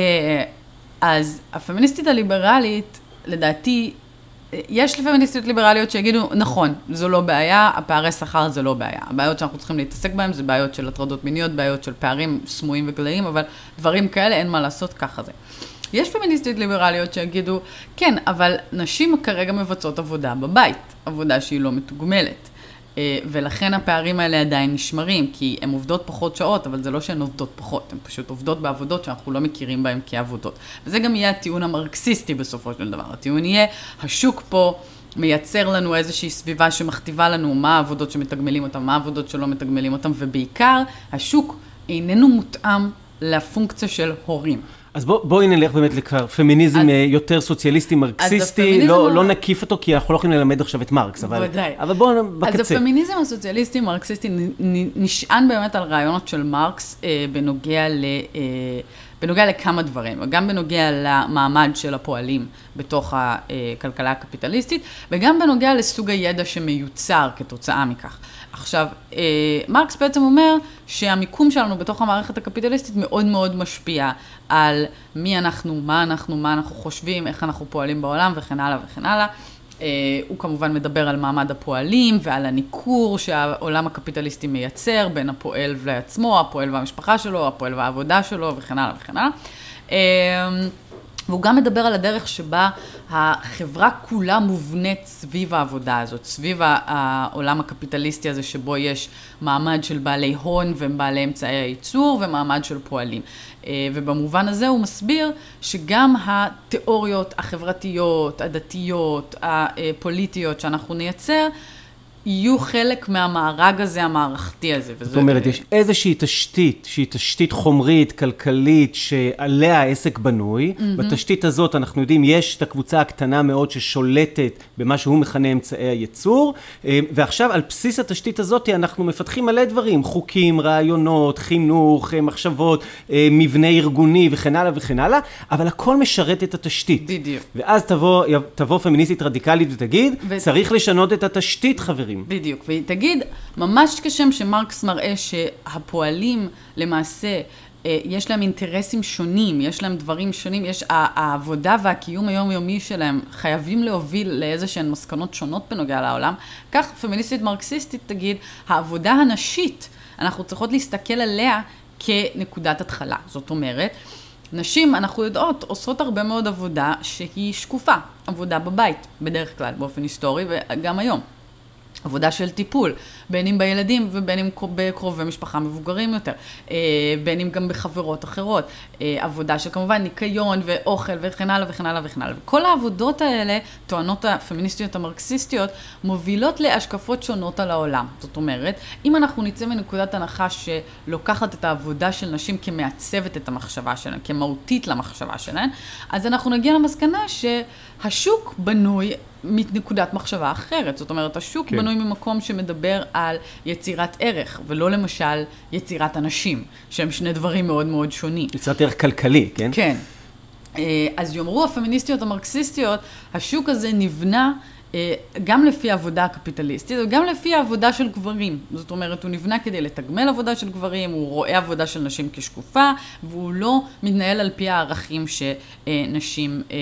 אז הפמיניסטית הליברלית, לדעתי, יש לפמיניסטיות ליברליות שיגידו, נכון, זו לא בעיה, הפערי שכר זה לא בעיה. הבעיות שאנחנו צריכים להתעסק בהן זה בעיות של הטרדות מיניות, בעיות של פערים סמויים וגליים, אבל דברים כאלה אין מה לעשות, ככה זה. יש פמיניסטיות ליברליות שיגידו, כן, אבל נשים כרגע מבצעות עבודה בבית, עבודה שהיא לא מתוגמלת. ולכן הפערים האלה עדיין נשמרים, כי הן עובדות פחות שעות, אבל זה לא שהן עובדות פחות, הן פשוט עובדות בעבודות שאנחנו לא מכירים בהן כעבודות. וזה גם יהיה הטיעון המרקסיסטי בסופו של דבר. הטיעון יהיה, השוק פה מייצר לנו איזושהי סביבה שמכתיבה לנו מה העבודות שמתגמלים אותם, מה העבודות שלא מתגמלים אותם, ובעיקר השוק איננו מותאם לפונקציה של הורים. אז בוא, בואי נלך באמת לכבר, פמיניזם אז, יותר סוציאליסטי, מרקסיסטי, לא, לא נקיף אותו, כי אנחנו לא יכולים ללמד עכשיו את מרקס, אבל, אבל בואו בקצה. אז הפמיניזם הסוציאליסטי, מרקסיסטי, נשען באמת על רעיונות של מרקס, אה, בנוגע ל... אה, בנוגע לכמה דברים, וגם בנוגע למעמד של הפועלים בתוך הכלכלה הקפיטליסטית, וגם בנוגע לסוג הידע שמיוצר כתוצאה מכך. עכשיו, מרקס בעצם אומר שהמיקום שלנו בתוך המערכת הקפיטליסטית מאוד מאוד משפיע על מי אנחנו, מה אנחנו, מה אנחנו חושבים, איך אנחנו פועלים בעולם וכן הלאה וכן הלאה. הוא כמובן מדבר על מעמד הפועלים ועל הניכור שהעולם הקפיטליסטי מייצר בין הפועל לעצמו, הפועל והמשפחה שלו, הפועל והעבודה שלו וכן הלאה וכן הלאה. והוא גם מדבר על הדרך שבה החברה כולה מובנית סביב העבודה הזאת, סביב העולם הקפיטליסטי הזה שבו יש מעמד של בעלי הון ובעלי אמצעי הייצור ומעמד של פועלים. ובמובן הזה הוא מסביר שגם התיאוריות החברתיות, הדתיות, הפוליטיות שאנחנו נייצר, יהיו חלק מהמארג הזה, המערכתי הזה. זאת אומרת, יש איזושהי תשתית, שהיא תשתית חומרית, כלכלית, שעליה העסק בנוי. בתשתית הזאת אנחנו יודעים, יש את הקבוצה הקטנה מאוד ששולטת במה שהוא מכנה אמצעי הייצור, ועכשיו על בסיס התשתית הזאת אנחנו מפתחים מלא דברים, חוקים, רעיונות, חינוך, מחשבות, מבנה ארגוני וכן הלאה וכן הלאה, אבל הכל משרת את התשתית. בדיוק. ואז תבוא, תבוא פמיניסטית רדיקלית ותגיד, ו... צריך לשנות את התשתית, חברים. בדיוק, והיא תגיד, ממש כשם שמרקס מראה שהפועלים למעשה, יש להם אינטרסים שונים, יש להם דברים שונים, יש העבודה והקיום היומיומי שלהם חייבים להוביל לאיזה שהן מסקנות שונות בנוגע לעולם, כך פמיניסטית מרקסיסטית תגיד, העבודה הנשית, אנחנו צריכות להסתכל עליה כנקודת התחלה. זאת אומרת, נשים, אנחנו יודעות, עושות הרבה מאוד עבודה שהיא שקופה, עבודה בבית, בדרך כלל, באופן היסטורי, וגם היום. עבודה של טיפול, בין אם בילדים ובין אם בקרובי משפחה מבוגרים יותר, בין אם גם בחברות אחרות, עבודה שכמובן ניקיון ואוכל וכן הלאה וכן הלאה וכן הלאה. כל העבודות האלה, טוענות הפמיניסטיות המרקסיסטיות, מובילות להשקפות שונות על העולם. זאת אומרת, אם אנחנו נצא מנקודת הנחה שלוקחת את העבודה של נשים כמעצבת את המחשבה שלהן, כמהותית למחשבה שלהן, אז אנחנו נגיע למסקנה שהשוק בנוי מנקודת מחשבה אחרת. זאת אומרת, השוק כן. בנוי ממקום שמדבר על יצירת ערך, ולא למשל יצירת אנשים, שהם שני דברים מאוד מאוד שונים. יצירת ערך כלכלי, כן? כן. אז יאמרו הפמיניסטיות המרקסיסטיות, השוק הזה נבנה גם לפי העבודה הקפיטליסטית, וגם לפי העבודה של גברים. זאת אומרת, הוא נבנה כדי לתגמל עבודה של גברים, הוא רואה עבודה של נשים כשקופה, והוא לא מתנהל על פי הערכים שנשים אה,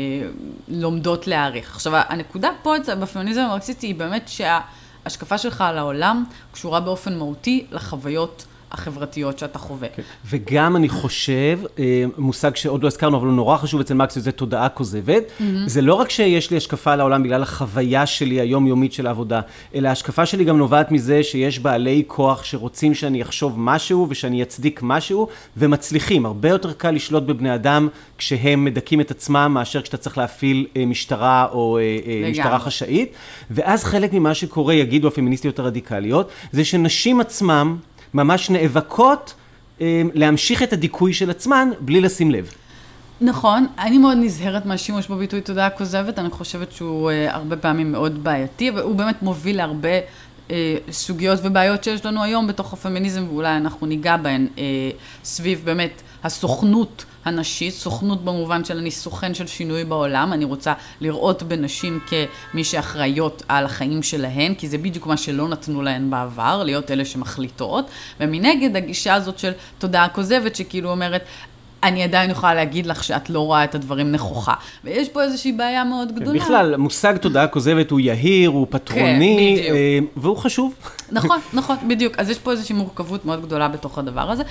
לומדות להעריך. עכשיו, הנקודה פה בפמיניזם המרקסיסטי היא באמת שההשקפה שלך על העולם קשורה באופן מהותי לחוויות החברתיות שאתה חווה. כן. וגם אני חושב, מושג שעוד לא הזכרנו, אבל הוא נורא חשוב אצל מרקס, זה תודעה כוזבת. Mm-hmm. זה לא רק שיש לי השקפה על העולם בגלל החוויה שלי היומיומית של העבודה, אלא ההשקפה שלי גם נובעת מזה שיש בעלי כוח שרוצים שאני אחשוב משהו ושאני אצדיק משהו, ומצליחים. הרבה יותר קל לשלוט בבני אדם כשהם מדקים את עצמם, מאשר כשאתה צריך להפעיל משטרה או לגמרי. משטרה חשאית. ואז חלק ממה שקורה, יגידו הפמיניסטיות הרדיקליות, זה שנשים עצמם ממש נאבקות אה, להמשיך את הדיכוי של עצמן בלי לשים לב. נכון, אני מאוד נזהרת מהשימוש בביטוי תודעה כוזבת, אני חושבת שהוא אה, הרבה פעמים מאוד בעייתי, והוא באמת מוביל להרבה אה, סוגיות ובעיות שיש לנו היום בתוך הפמיניזם, ואולי אנחנו ניגע בהן אה, סביב באמת הסוכנות הנשית, סוכנות במובן של אני סוכן של שינוי בעולם, אני רוצה לראות בנשים כמי שאחראיות על החיים שלהן, כי זה בדיוק מה שלא נתנו להן בעבר, להיות אלה שמחליטות, ומנגד הגישה הזאת של תודעה כוזבת שכאילו אומרת, אני עדיין יכולה להגיד לך שאת לא רואה את הדברים נכוחה. ויש פה איזושהי בעיה מאוד גדולה. בכלל, מושג תודעה כוזבת הוא יהיר, הוא פטרוני, כן, והוא חשוב. נכון, נכון, בדיוק. אז יש פה איזושהי מורכבות מאוד גדולה בתוך הדבר הזה.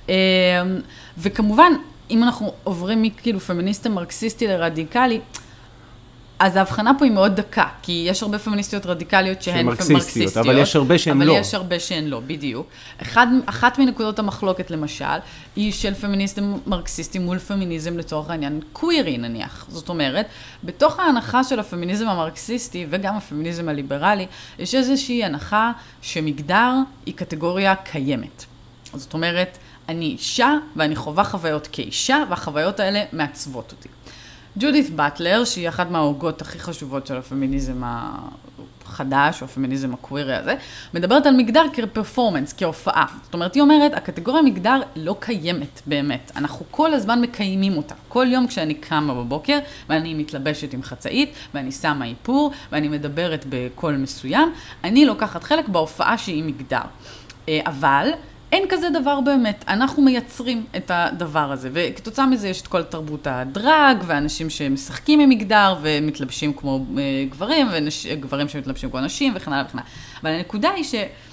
וכמובן, אם אנחנו עוברים מכאילו פמיניסטי מרקסיסטי לרדיקלי, אז ההבחנה פה היא מאוד דקה, כי יש הרבה פמיניסטיות רדיקליות שהן מרקסיסטיות, אבל יש הרבה שהן אבל לא. אבל יש הרבה שהן לא, בדיוק. אחד, אחת מנקודות המחלוקת למשל, היא של פמיניסטים מרקסיסטים מול פמיניזם לצורך העניין קווירי נניח. זאת אומרת, בתוך ההנחה של הפמיניזם המרקסיסטי וגם הפמיניזם הליברלי, יש איזושהי הנחה שמגדר היא קטגוריה קיימת. זאת אומרת, אני אישה ואני חווה חוויות כאישה, והחוויות האלה מעצבות אותי. ג'ודית באטלר, שהיא אחת מההוגות הכי חשובות של הפמיניזם החדש, או הפמיניזם הקווירי הזה, מדברת על מגדר כפרפורמנס, כהופעה. זאת אומרת, היא אומרת, הקטגוריה מגדר לא קיימת באמת. אנחנו כל הזמן מקיימים אותה. כל יום כשאני קמה בבוקר, ואני מתלבשת עם חצאית, ואני שמה איפור, ואני מדברת בקול מסוים, אני לוקחת חלק בהופעה שהיא מגדר. אבל אין כזה דבר באמת, אנחנו מייצרים את הדבר הזה, וכתוצאה מזה יש את כל תרבות הדרג, ואנשים שמשחקים עם מגדר, ומתלבשים כמו גברים, וגברים שמתלבשים כמו נשים, וכן הלאה וכן הלאה. אבל הנקודה היא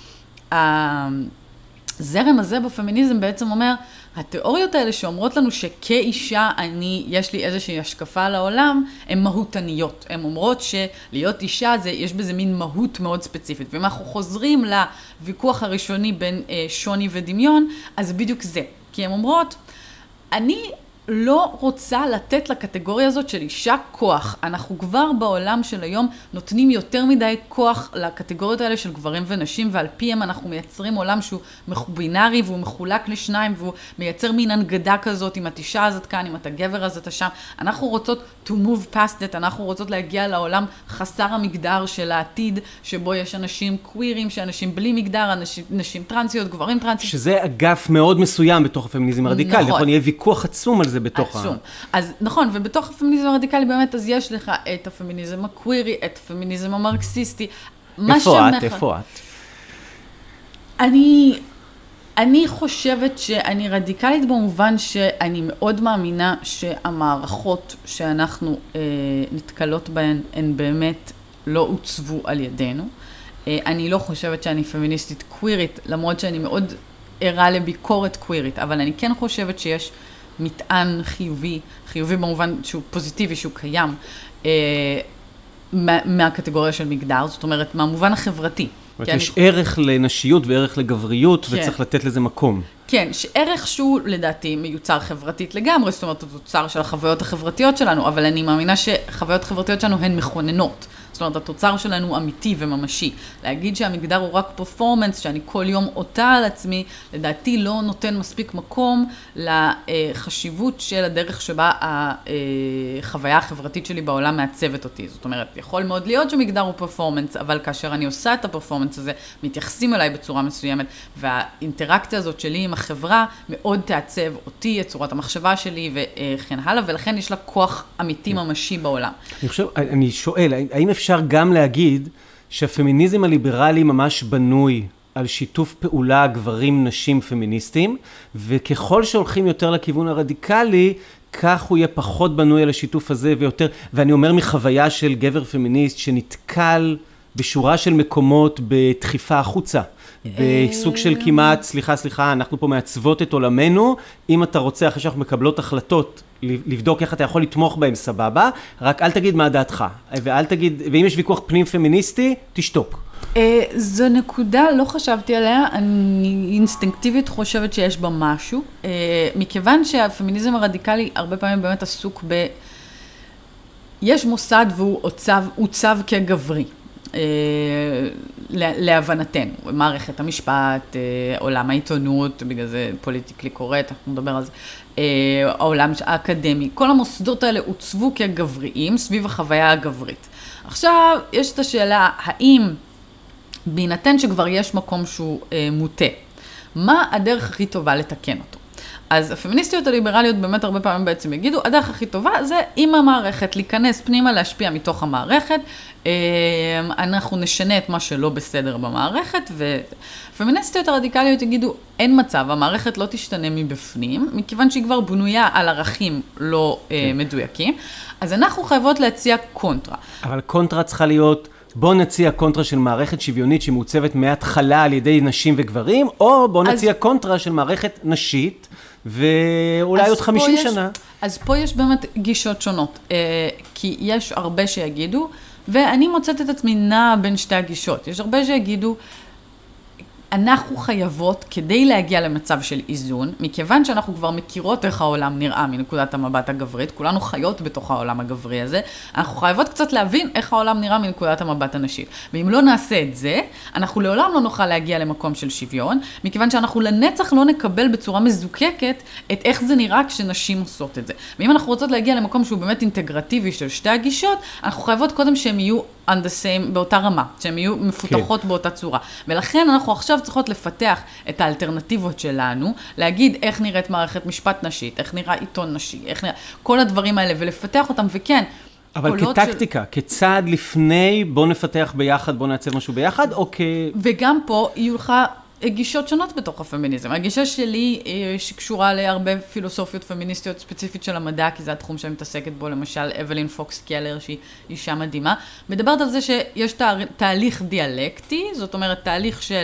שהזרם הזה בפמיניזם בעצם אומר, התיאוריות האלה שאומרות לנו שכאישה אני, יש לי איזושהי השקפה על העולם, הן מהותניות. הן אומרות שלהיות אישה, זה, יש בזה מין מהות מאוד ספציפית. ואם אנחנו חוזרים לוויכוח הראשוני בין אה, שוני ודמיון, אז זה בדיוק זה. כי הן אומרות, אני לא רוצה לתת לקטגוריה הזאת של אישה כוח. אנחנו כבר בעולם של היום נותנים יותר מדי כוח לקטגוריות האלה של גברים ונשים, ועל פיהם אנחנו מייצרים עולם שהוא בינארי והוא מחולק לשניים, והוא מייצר מין הנגדה כזאת, אם את אישה אז את כאן, אם את הגבר אז את שם. אנחנו רוצות to move past it, אנחנו רוצות להגיע לעולם חסר המגדר של העתיד, שבו יש אנשים קווירים, שאנשים בלי מגדר, אנשים, נשים טרנסיות, גברים טרנסיות. שזה אגף מאוד מסוים בתוך הפמיניזם הרדיקלי, נכון, יהיה ויכוח עצום על זה בתוך עצום. ה... אז נכון, ובתוך הפמיניזם הרדיקלי באמת, אז יש לך את הפמיניזם הקווירי, את הפמיניזם המרקסיסטי. איפה את? איפה את? אני... אני חושבת שאני רדיקלית במובן שאני מאוד מאמינה שהמערכות שאנחנו אה, נתקלות בהן הן באמת לא עוצבו על ידינו. אה, אני לא חושבת שאני פמיניסטית קווירית, למרות שאני מאוד ערה לביקורת קווירית, אבל אני כן חושבת שיש מטען חיובי, חיובי במובן שהוא פוזיטיבי, שהוא קיים, אה, מה, מהקטגוריה של מגדר, זאת אומרת, מהמובן החברתי. יש ערך לנשיות וערך לגבריות, וצריך לתת לזה מקום. כן, שערך שהוא לדעתי מיוצר חברתית לגמרי, זאת אומרת, הוא תוצר של החוויות החברתיות שלנו, אבל אני מאמינה שחוויות חברתיות שלנו הן מכוננות. זאת אומרת, התוצר שלנו הוא אמיתי וממשי. להגיד שהמגדר הוא רק פרפורמנס, שאני כל יום אותה על עצמי, לדעתי לא נותן מספיק מקום לחשיבות של הדרך שבה החוויה החברתית שלי בעולם מעצבת אותי. זאת אומרת, יכול מאוד להיות שמגדר הוא פרפורמנס, אבל כאשר אני עושה את הפרפורמנס הזה, מתייחסים אליי בצורה מסוימת, והאינטראקציה הזאת שלי עם החברה מאוד תעצב אותי, את צורת המחשבה שלי וכן הלאה, ולכן יש לה כוח אמיתי ממשי בעולם. אני חושב, אני שואל, האם אפשר גם להגיד שהפמיניזם הליברלי ממש בנוי על שיתוף פעולה גברים, נשים, פמיניסטים, וככל שהולכים יותר לכיוון הרדיקלי, כך הוא יהיה פחות בנוי על השיתוף הזה ויותר, ואני אומר מחוויה של גבר פמיניסט שנתקל בשורה של מקומות בדחיפה החוצה. בסוג של כמעט, סליחה, סליחה, אנחנו פה מעצבות את עולמנו, אם אתה רוצה אחרי שאנחנו מקבלות החלטות, לבדוק איך אתה יכול לתמוך בהם סבבה, רק אל תגיד מה דעתך, ואל תגיד, ואם יש ויכוח פנים פמיניסטי, תשתוק. זו נקודה, לא חשבתי עליה, אני אינסטינקטיבית חושבת שיש בה משהו, מכיוון שהפמיניזם הרדיקלי הרבה פעמים באמת עסוק ב... יש מוסד והוא עוצב, עוצב כגברי. להבנתנו, מערכת המשפט, עולם העיתונות, בגלל זה פוליטיקלי קורט, אנחנו נדבר על זה, העולם האקדמי, כל המוסדות האלה עוצבו כגבריים סביב החוויה הגברית. עכשיו, יש את השאלה, האם בהינתן שכבר יש מקום שהוא מוטה, מה הדרך הכי טובה לתקן אותו? אז הפמיניסטיות הליברליות באמת הרבה פעמים בעצם יגידו, הדרך הכי טובה זה עם המערכת, להיכנס פנימה, להשפיע מתוך המערכת, אנחנו נשנה את מה שלא בסדר במערכת, ופמיניסטיות הרדיקליות יגידו, אין מצב, המערכת לא תשתנה מבפנים, מכיוון שהיא כבר בנויה על ערכים לא מדויקים, אז אנחנו חייבות להציע קונטרה. אבל קונטרה צריכה להיות... בוא נציע קונטרה של מערכת שוויונית שמעוצבת מההתחלה על ידי נשים וגברים, או בוא נציע אז... קונטרה של מערכת נשית, ואולי עוד חמישים יש, שנה. אז פה יש באמת גישות שונות, כי יש הרבה שיגידו, ואני מוצאת את עצמי נעה בין שתי הגישות. יש הרבה שיגידו, אנחנו חייבות, כדי להגיע למצב של איזון, מכיוון שאנחנו כבר מכירות איך העולם נראה מנקודת המבט הגברית, כולנו חיות בתוך העולם הגברי הזה, אנחנו חייבות קצת להבין איך העולם נראה מנקודת המבט הנשית. ואם לא נעשה את זה, אנחנו לעולם לא נוכל להגיע למקום של שוויון, מכיוון שאנחנו לנצח לא נקבל בצורה מזוקקת את איך זה נראה כשנשים עושות את זה. ואם אנחנו רוצות להגיע למקום שהוא באמת אינטגרטיבי של שתי הגישות, אנחנו חייבות קודם שהם יהיו on the same, באותה רמה, שהם יהיו מפותחות כן. באותה צורה. ולכן אנחנו עכשיו צריכות לפתח את האלטרנטיבות שלנו, להגיד איך נראית מערכת משפט נשית, איך נראה עיתון נשי, איך נראה, כל הדברים האלה, ולפתח אותם, וכן. אבל כטקטיקה, של... כצעד לפני, בוא נפתח ביחד, בוא נעצב משהו ביחד, או כ... וגם פה יהיו לך גישות שונות בתוך הפמיניזם. הגישה שלי שקשורה להרבה פילוסופיות פמיניסטיות ספציפית של המדע, כי זה התחום שאני מתעסקת בו, למשל אבלין פוקס קלר, שהיא אישה מדהימה, מדברת על זה שיש תהליך דיאלקטי, זאת אומרת תהליך של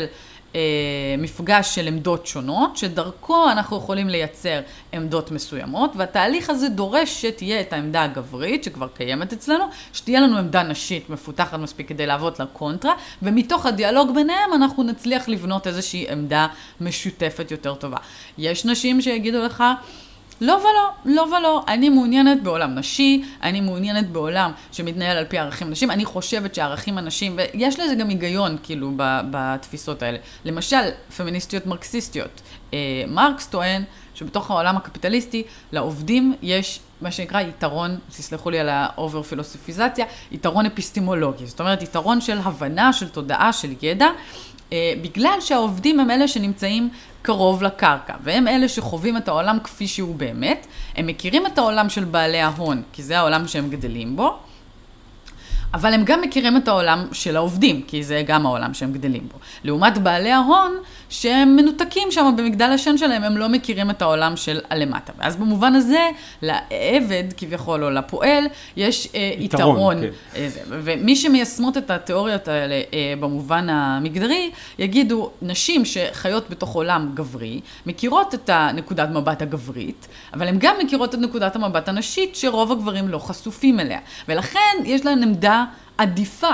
מפגש של עמדות שונות, שדרכו אנחנו יכולים לייצר עמדות מסוימות, והתהליך הזה דורש שתהיה את העמדה הגברית, שכבר קיימת אצלנו, שתהיה לנו עמדה נשית מפותחת מספיק כדי לעבוד לקונטרה, ומתוך הדיאלוג ביניהם אנחנו נצליח לבנות איזושהי עמדה משותפת יותר טובה. יש נשים שיגידו לך, לא ולא, לא ולא, אני מעוניינת בעולם נשי, אני מעוניינת בעולם שמתנהל על פי ערכים נשים, אני חושבת שהערכים הנשים, ויש לזה גם היגיון כאילו בתפיסות האלה. למשל, פמיניסטיות מרקסיסטיות. מרקס טוען שבתוך העולם הקפיטליסטי, לעובדים יש מה שנקרא יתרון, תסלחו לי על האובר פילוסופיזציה, יתרון אפיסטמולוגי, זאת אומרת יתרון של הבנה, של תודעה, של ידע, בגלל שהעובדים הם אלה שנמצאים קרוב לקרקע, והם אלה שחווים את העולם כפי שהוא באמת, הם מכירים את העולם של בעלי ההון, כי זה העולם שהם גדלים בו, אבל הם גם מכירים את העולם של העובדים, כי זה גם העולם שהם גדלים בו. לעומת בעלי ההון, שהם מנותקים שם במגדל השן שלהם, הם לא מכירים את העולם של הלמטה. ואז במובן הזה, לעבד כביכול או לפועל, יש אה, יתרון. יתרון כן. אה, זה. ומי שמיישמות את התיאוריות האלה אה, במובן המגדרי, יגידו, נשים שחיות בתוך עולם גברי, מכירות את הנקודת מבט הגברית, אבל הן גם מכירות את נקודת המבט הנשית, שרוב הגברים לא חשופים אליה. ולכן יש להן עמדה עדיפה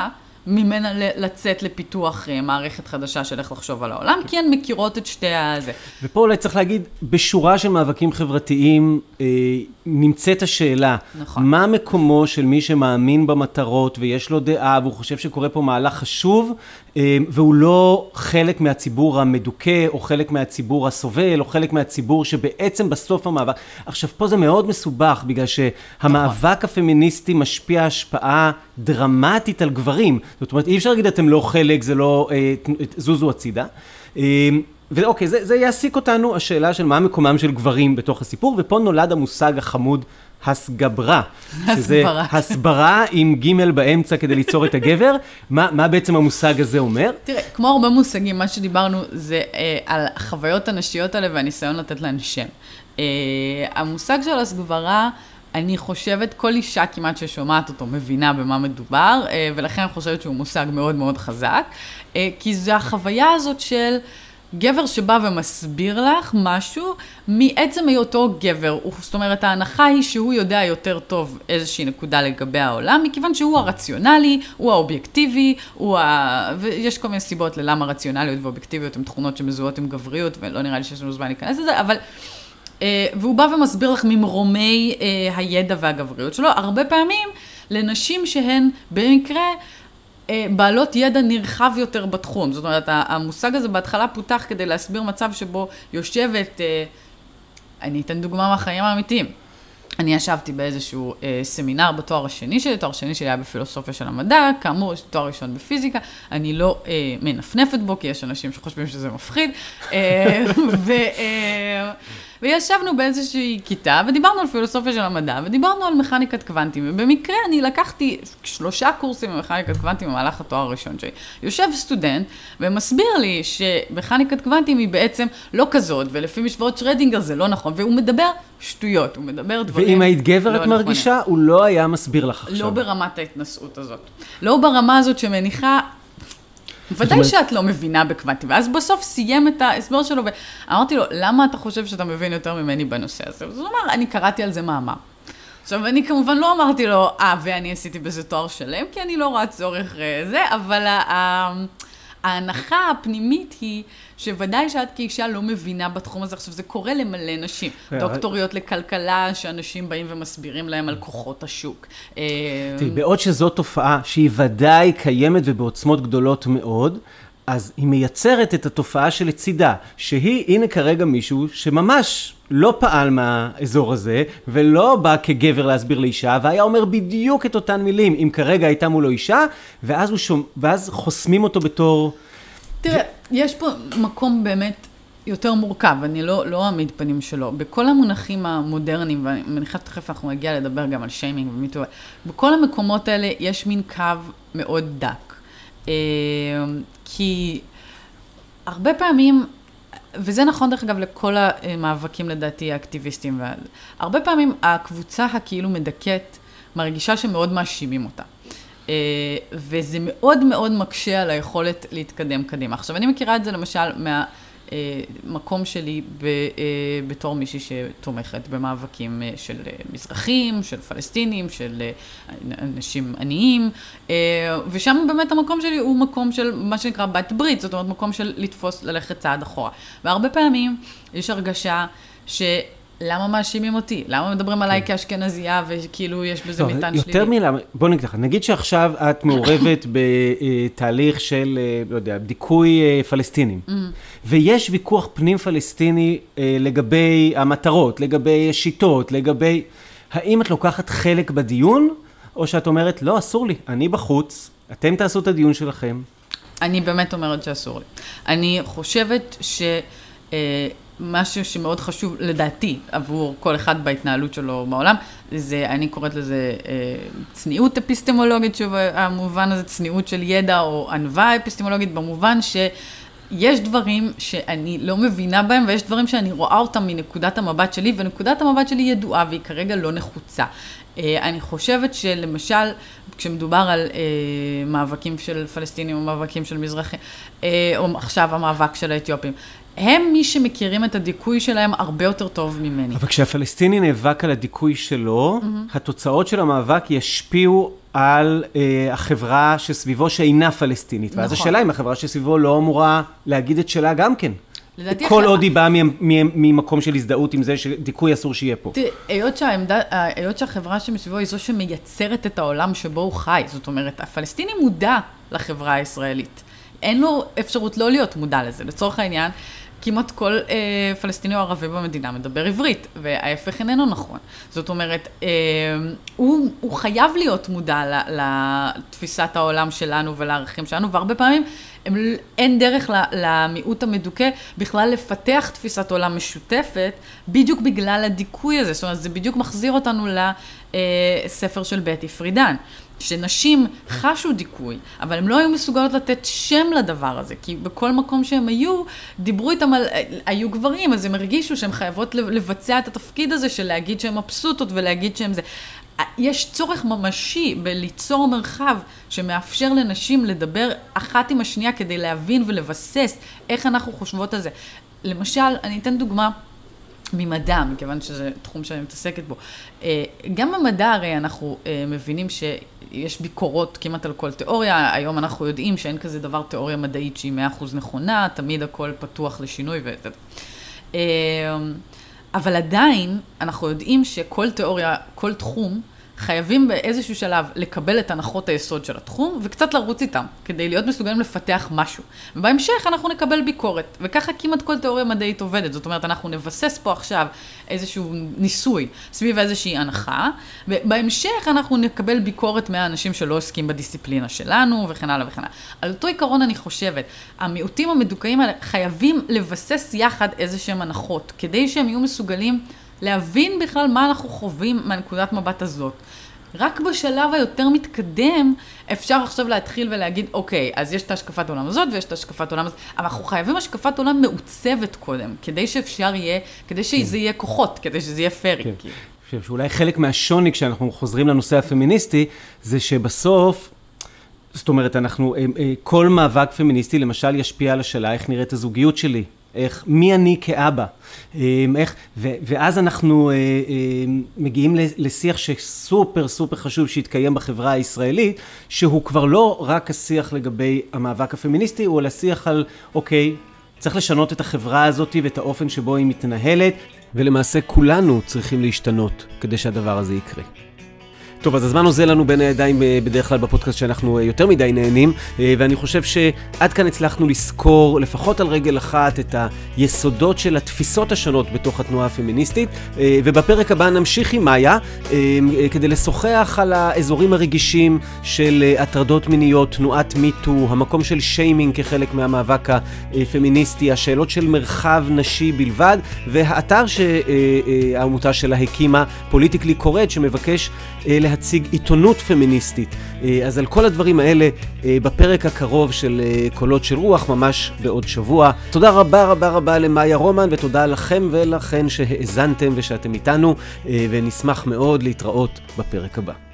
ממנה לצאת לפיתוח מערכת חדשה של איך לחשוב על העולם, כי הן מכירות את שתי הזה. ופה אולי צריך להגיד, בשורה של מאבקים חברתיים אה, נמצאת השאלה, נכון. מה מקומו של מי שמאמין במטרות ויש לו דעה, והוא חושב שקורה פה מהלך חשוב, אה, והוא לא חלק מהציבור המדוכא, או חלק מהציבור הסובל, או חלק מהציבור שבעצם בסוף המאבק. עכשיו, פה זה מאוד מסובך, בגלל שהמאבק הפמיניסטי משפיע השפעה דרמטית על גברים. זאת אומרת, אי אפשר להגיד, אתם לא חלק, זה לא, אה, זוזו הצידה. אה, ואוקיי, זה, זה יעסיק אותנו, השאלה של מה מקומם של גברים בתוך הסיפור, ופה נולד המושג החמוד הסגברה. שזה הסברה עם ג' באמצע כדי ליצור את הגבר. מה, מה בעצם המושג הזה אומר? תראה, כמו הרבה מושגים, מה שדיברנו זה אה, על החוויות הנשיות האלה והניסיון לתת להן שם. אה, המושג של הסגברה, אני חושבת, כל אישה כמעט ששומעת אותו מבינה במה מדובר, ולכן אני חושבת שהוא מושג מאוד מאוד חזק, כי זו החוויה הזאת של גבר שבא ומסביר לך משהו מעצם היותו גבר. זאת אומרת, ההנחה היא שהוא יודע יותר טוב איזושהי נקודה לגבי העולם, מכיוון שהוא הרציונלי, הוא האובייקטיבי, הוא ה... ויש כל מיני סיבות ללמה רציונליות ואובייקטיביות הן תכונות שמזוהות עם גבריות, ולא נראה לי שיש לנו זמן להיכנס לזה, אבל... והוא בא ומסביר לך ממרומי הידע והגבריות שלו, הרבה פעמים לנשים שהן במקרה בעלות ידע נרחב יותר בתחום. זאת אומרת, המושג הזה בהתחלה פותח כדי להסביר מצב שבו יושבת, אני אתן דוגמה מהחיים האמיתיים. אני ישבתי באיזשהו אה, סמינר בתואר השני שלי, תואר השני שלי היה בפילוסופיה של המדע, כאמור, יש תואר ראשון בפיזיקה, אני לא אה, מנפנפת בו, כי יש אנשים שחושבים שזה מפחיד, אה, ו, אה, וישבנו באיזושהי כיתה, ודיברנו על פילוסופיה של המדע, ודיברנו על מכניקת קוונטים, ובמקרה אני לקחתי שלושה קורסים במכניקת קוונטים במהלך התואר הראשון שלי. יושב סטודנט, ומסביר לי שמכניקת קוונטים היא בעצם לא כזאת, ולפי משוואות שרדינגר זה לא נכון, והוא מדבר שטויות, הוא מדבר דברים... ואם היית גבר את מרגישה, הוא לא היה מסביר לך עכשיו. לא ברמת ההתנסות הזאת. לא ברמה הזאת שמניחה... ודאי שאת לא מבינה בקוונטים, ואז בסוף סיים את ההסבר שלו, ואמרתי לו, למה אתה חושב שאתה מבין יותר ממני בנושא הזה? אז הוא אמר, אני קראתי על זה מאמר. עכשיו, אני כמובן לא אמרתי לו, אה, ואני עשיתי בזה תואר שלם, כי אני לא רואה צורך זה, אבל ההנחה הפנימית היא שוודאי שאת כאישה לא מבינה בתחום הזה. עכשיו, זה קורה למלא נשים. דוקטוריות לכלכלה, שאנשים באים ומסבירים להם על כוחות השוק. בעוד שזו תופעה שהיא ודאי קיימת ובעוצמות גדולות מאוד, אז היא מייצרת את התופעה שלצידה, שהיא, הנה כרגע מישהו שממש לא פעל מהאזור הזה, ולא בא כגבר להסביר לאישה, והיה אומר בדיוק את אותן מילים, אם כרגע הייתה מולו אישה, ואז, הוא שומע, ואז חוסמים אותו בתור... תראה, יש פה מקום באמת יותר מורכב, אני לא, לא אעמיד פנים שלו. בכל המונחים המודרניים, ואני מניחה תכף אנחנו נגיע לדבר גם על שיימינג ומיטו, בכל המקומות האלה יש מין קו מאוד דק. כי הרבה פעמים, וזה נכון דרך אגב לכל המאבקים לדעתי האקטיביסטים, הרבה פעמים הקבוצה הכאילו מדכאת מרגישה שמאוד מאשימים אותה. וזה מאוד מאוד מקשה על היכולת להתקדם קדימה. עכשיו, אני מכירה את זה למשל מהמקום שלי בתור מישהי שתומכת במאבקים של מזרחים, של פלסטינים, של אנשים עניים, ושם באמת המקום שלי הוא מקום של מה שנקרא בת ברית, זאת אומרת מקום של לתפוס, ללכת צעד אחורה. והרבה פעמים יש הרגשה ש... למה מאשימים אותי? למה מדברים עליי כאשכנזייה וכאילו יש בזה מטען שלילי? יותר מילה, בוא נגיד לך, נגיד שעכשיו את מעורבת בתהליך של, לא יודע, דיכוי פלסטינים, ויש ויכוח פנים פלסטיני לגבי המטרות, לגבי שיטות, לגבי, האם את לוקחת חלק בדיון, או שאת אומרת, לא, אסור לי, אני בחוץ, אתם תעשו את הדיון שלכם? אני באמת אומרת שאסור לי. אני חושבת ש... משהו שמאוד חשוב לדעתי עבור כל אחד בהתנהלות שלו בעולם, זה, אני קוראת לזה צניעות אפיסטמולוגית, שהמובן הזה צניעות של ידע או ענווה אפיסטמולוגית, במובן שיש דברים שאני לא מבינה בהם, ויש דברים שאני רואה אותם מנקודת המבט שלי, ונקודת המבט שלי ידועה, והיא כרגע לא נחוצה. אני חושבת שלמשל, כשמדובר על מאבקים של פלסטינים או מאבקים של מזרחים, או עכשיו המאבק של האתיופים, הם מי שמכירים את הדיכוי שלהם הרבה יותר טוב ממני. אבל כשהפלסטיני נאבק על הדיכוי שלו, mm-hmm. התוצאות של המאבק ישפיעו על אה, החברה שסביבו שאינה פלסטינית. נכון. ואז השאלה אם החברה שסביבו לא אמורה להגיד את שלה גם כן. כל עוד היא באה ממקום של הזדהות עם זה שדיכוי אסור שיהיה פה. היות שהחברה שמסביבו היא זו שמייצרת את העולם שבו הוא חי, זאת אומרת, הפלסטיני מודע לחברה הישראלית. אין לו אפשרות לא להיות מודע לזה. לצורך העניין, כמעט כל אה, פלסטיני או ערבי במדינה מדבר עברית, וההפך איננו נכון. זאת אומרת, אה, הוא, הוא חייב להיות מודע לתפיסת העולם שלנו ולערכים שלנו, והרבה פעמים הם, אין דרך למיעוט המדוכא בכלל לפתח תפיסת עולם משותפת, בדיוק בגלל הדיכוי הזה. זאת אומרת, זה בדיוק מחזיר אותנו לספר של בטי פרידן. שנשים חשו דיכוי, אבל הם לא היו מסוגלות לתת שם לדבר הזה, כי בכל מקום שהם היו, דיברו איתם על, היו גברים, אז הם הרגישו שהם חייבות לבצע את התפקיד הזה של להגיד שהם מבסוטות ולהגיד שהם זה. יש צורך ממשי בליצור מרחב שמאפשר לנשים לדבר אחת עם השנייה כדי להבין ולבסס איך אנחנו חושבות על זה. למשל, אני אתן דוגמה, ממדע, מכיוון שזה תחום שאני מתעסקת בו. גם במדע הרי אנחנו מבינים שיש ביקורות כמעט על כל תיאוריה, היום אנחנו יודעים שאין כזה דבר תיאוריה מדעית שהיא מאה אחוז נכונה, תמיד הכל פתוח לשינוי. ו... אבל עדיין אנחנו יודעים שכל תיאוריה, כל תחום, חייבים באיזשהו שלב לקבל את הנחות היסוד של התחום, וקצת לרוץ איתם, כדי להיות מסוגלים לפתח משהו. ובהמשך אנחנו נקבל ביקורת, וככה כמעט כל תיאוריה מדעית עובדת. זאת אומרת, אנחנו נבסס פה עכשיו איזשהו ניסוי סביב איזושהי הנחה, ובהמשך אנחנו נקבל ביקורת מהאנשים שלא עוסקים בדיסציפלינה שלנו, וכן הלאה וכן הלאה. על אותו עיקרון אני חושבת, המיעוטים המדוכאים האלה חייבים לבסס יחד איזשהם הנחות, כדי שהם יהיו מסוגלים להבין בכלל מה אנחנו חווים מהנקודת מבט הזאת. רק בשלב היותר מתקדם אפשר עכשיו להתחיל ולהגיד, אוקיי, אז יש את השקפת העולם הזאת ויש את השקפת העולם הזאת, אבל אנחנו חייבים השקפת עולם מעוצבת קודם, כדי שאפשר יהיה, כדי שזה יהיה כוחות, כדי שזה יהיה פרי. כן. אני חושב שאולי חלק מהשוני כשאנחנו חוזרים לנושא הפמיניסטי, זה שבסוף, זאת אומרת, אנחנו, כל מאבק פמיניסטי למשל ישפיע על השאלה איך נראית הזוגיות שלי. איך, מי אני כאבא, איך, ו, ואז אנחנו אה, אה, מגיעים לשיח שסופר סופר חשוב שיתקיים בחברה הישראלית, שהוא כבר לא רק השיח לגבי המאבק הפמיניסטי, הוא על השיח על, אוקיי, צריך לשנות את החברה הזאת ואת האופן שבו היא מתנהלת, ולמעשה כולנו צריכים להשתנות כדי שהדבר הזה יקרה. טוב, אז הזמן עוזר לנו בין הידיים בדרך כלל בפודקאסט שאנחנו יותר מדי נהנים, ואני חושב שעד כאן הצלחנו לזכור לפחות על רגל אחת את היסודות של התפיסות השונות בתוך התנועה הפמיניסטית, ובפרק הבא נמשיך עם מאיה כדי לשוחח על האזורים הרגישים של הטרדות מיניות, תנועת מיטו, המקום של שיימינג כחלק מהמאבק הפמיניסטי, השאלות של מרחב נשי בלבד, והאתר שהעמותה שלה הקימה, פוליטיקלי קורקט, שמבקש להציג עיתונות פמיניסטית. אז על כל הדברים האלה בפרק הקרוב של קולות של רוח, ממש בעוד שבוע. תודה רבה רבה רבה למאיה רומן, ותודה לכם ולכן שהאזנתם ושאתם איתנו, ונשמח מאוד להתראות בפרק הבא.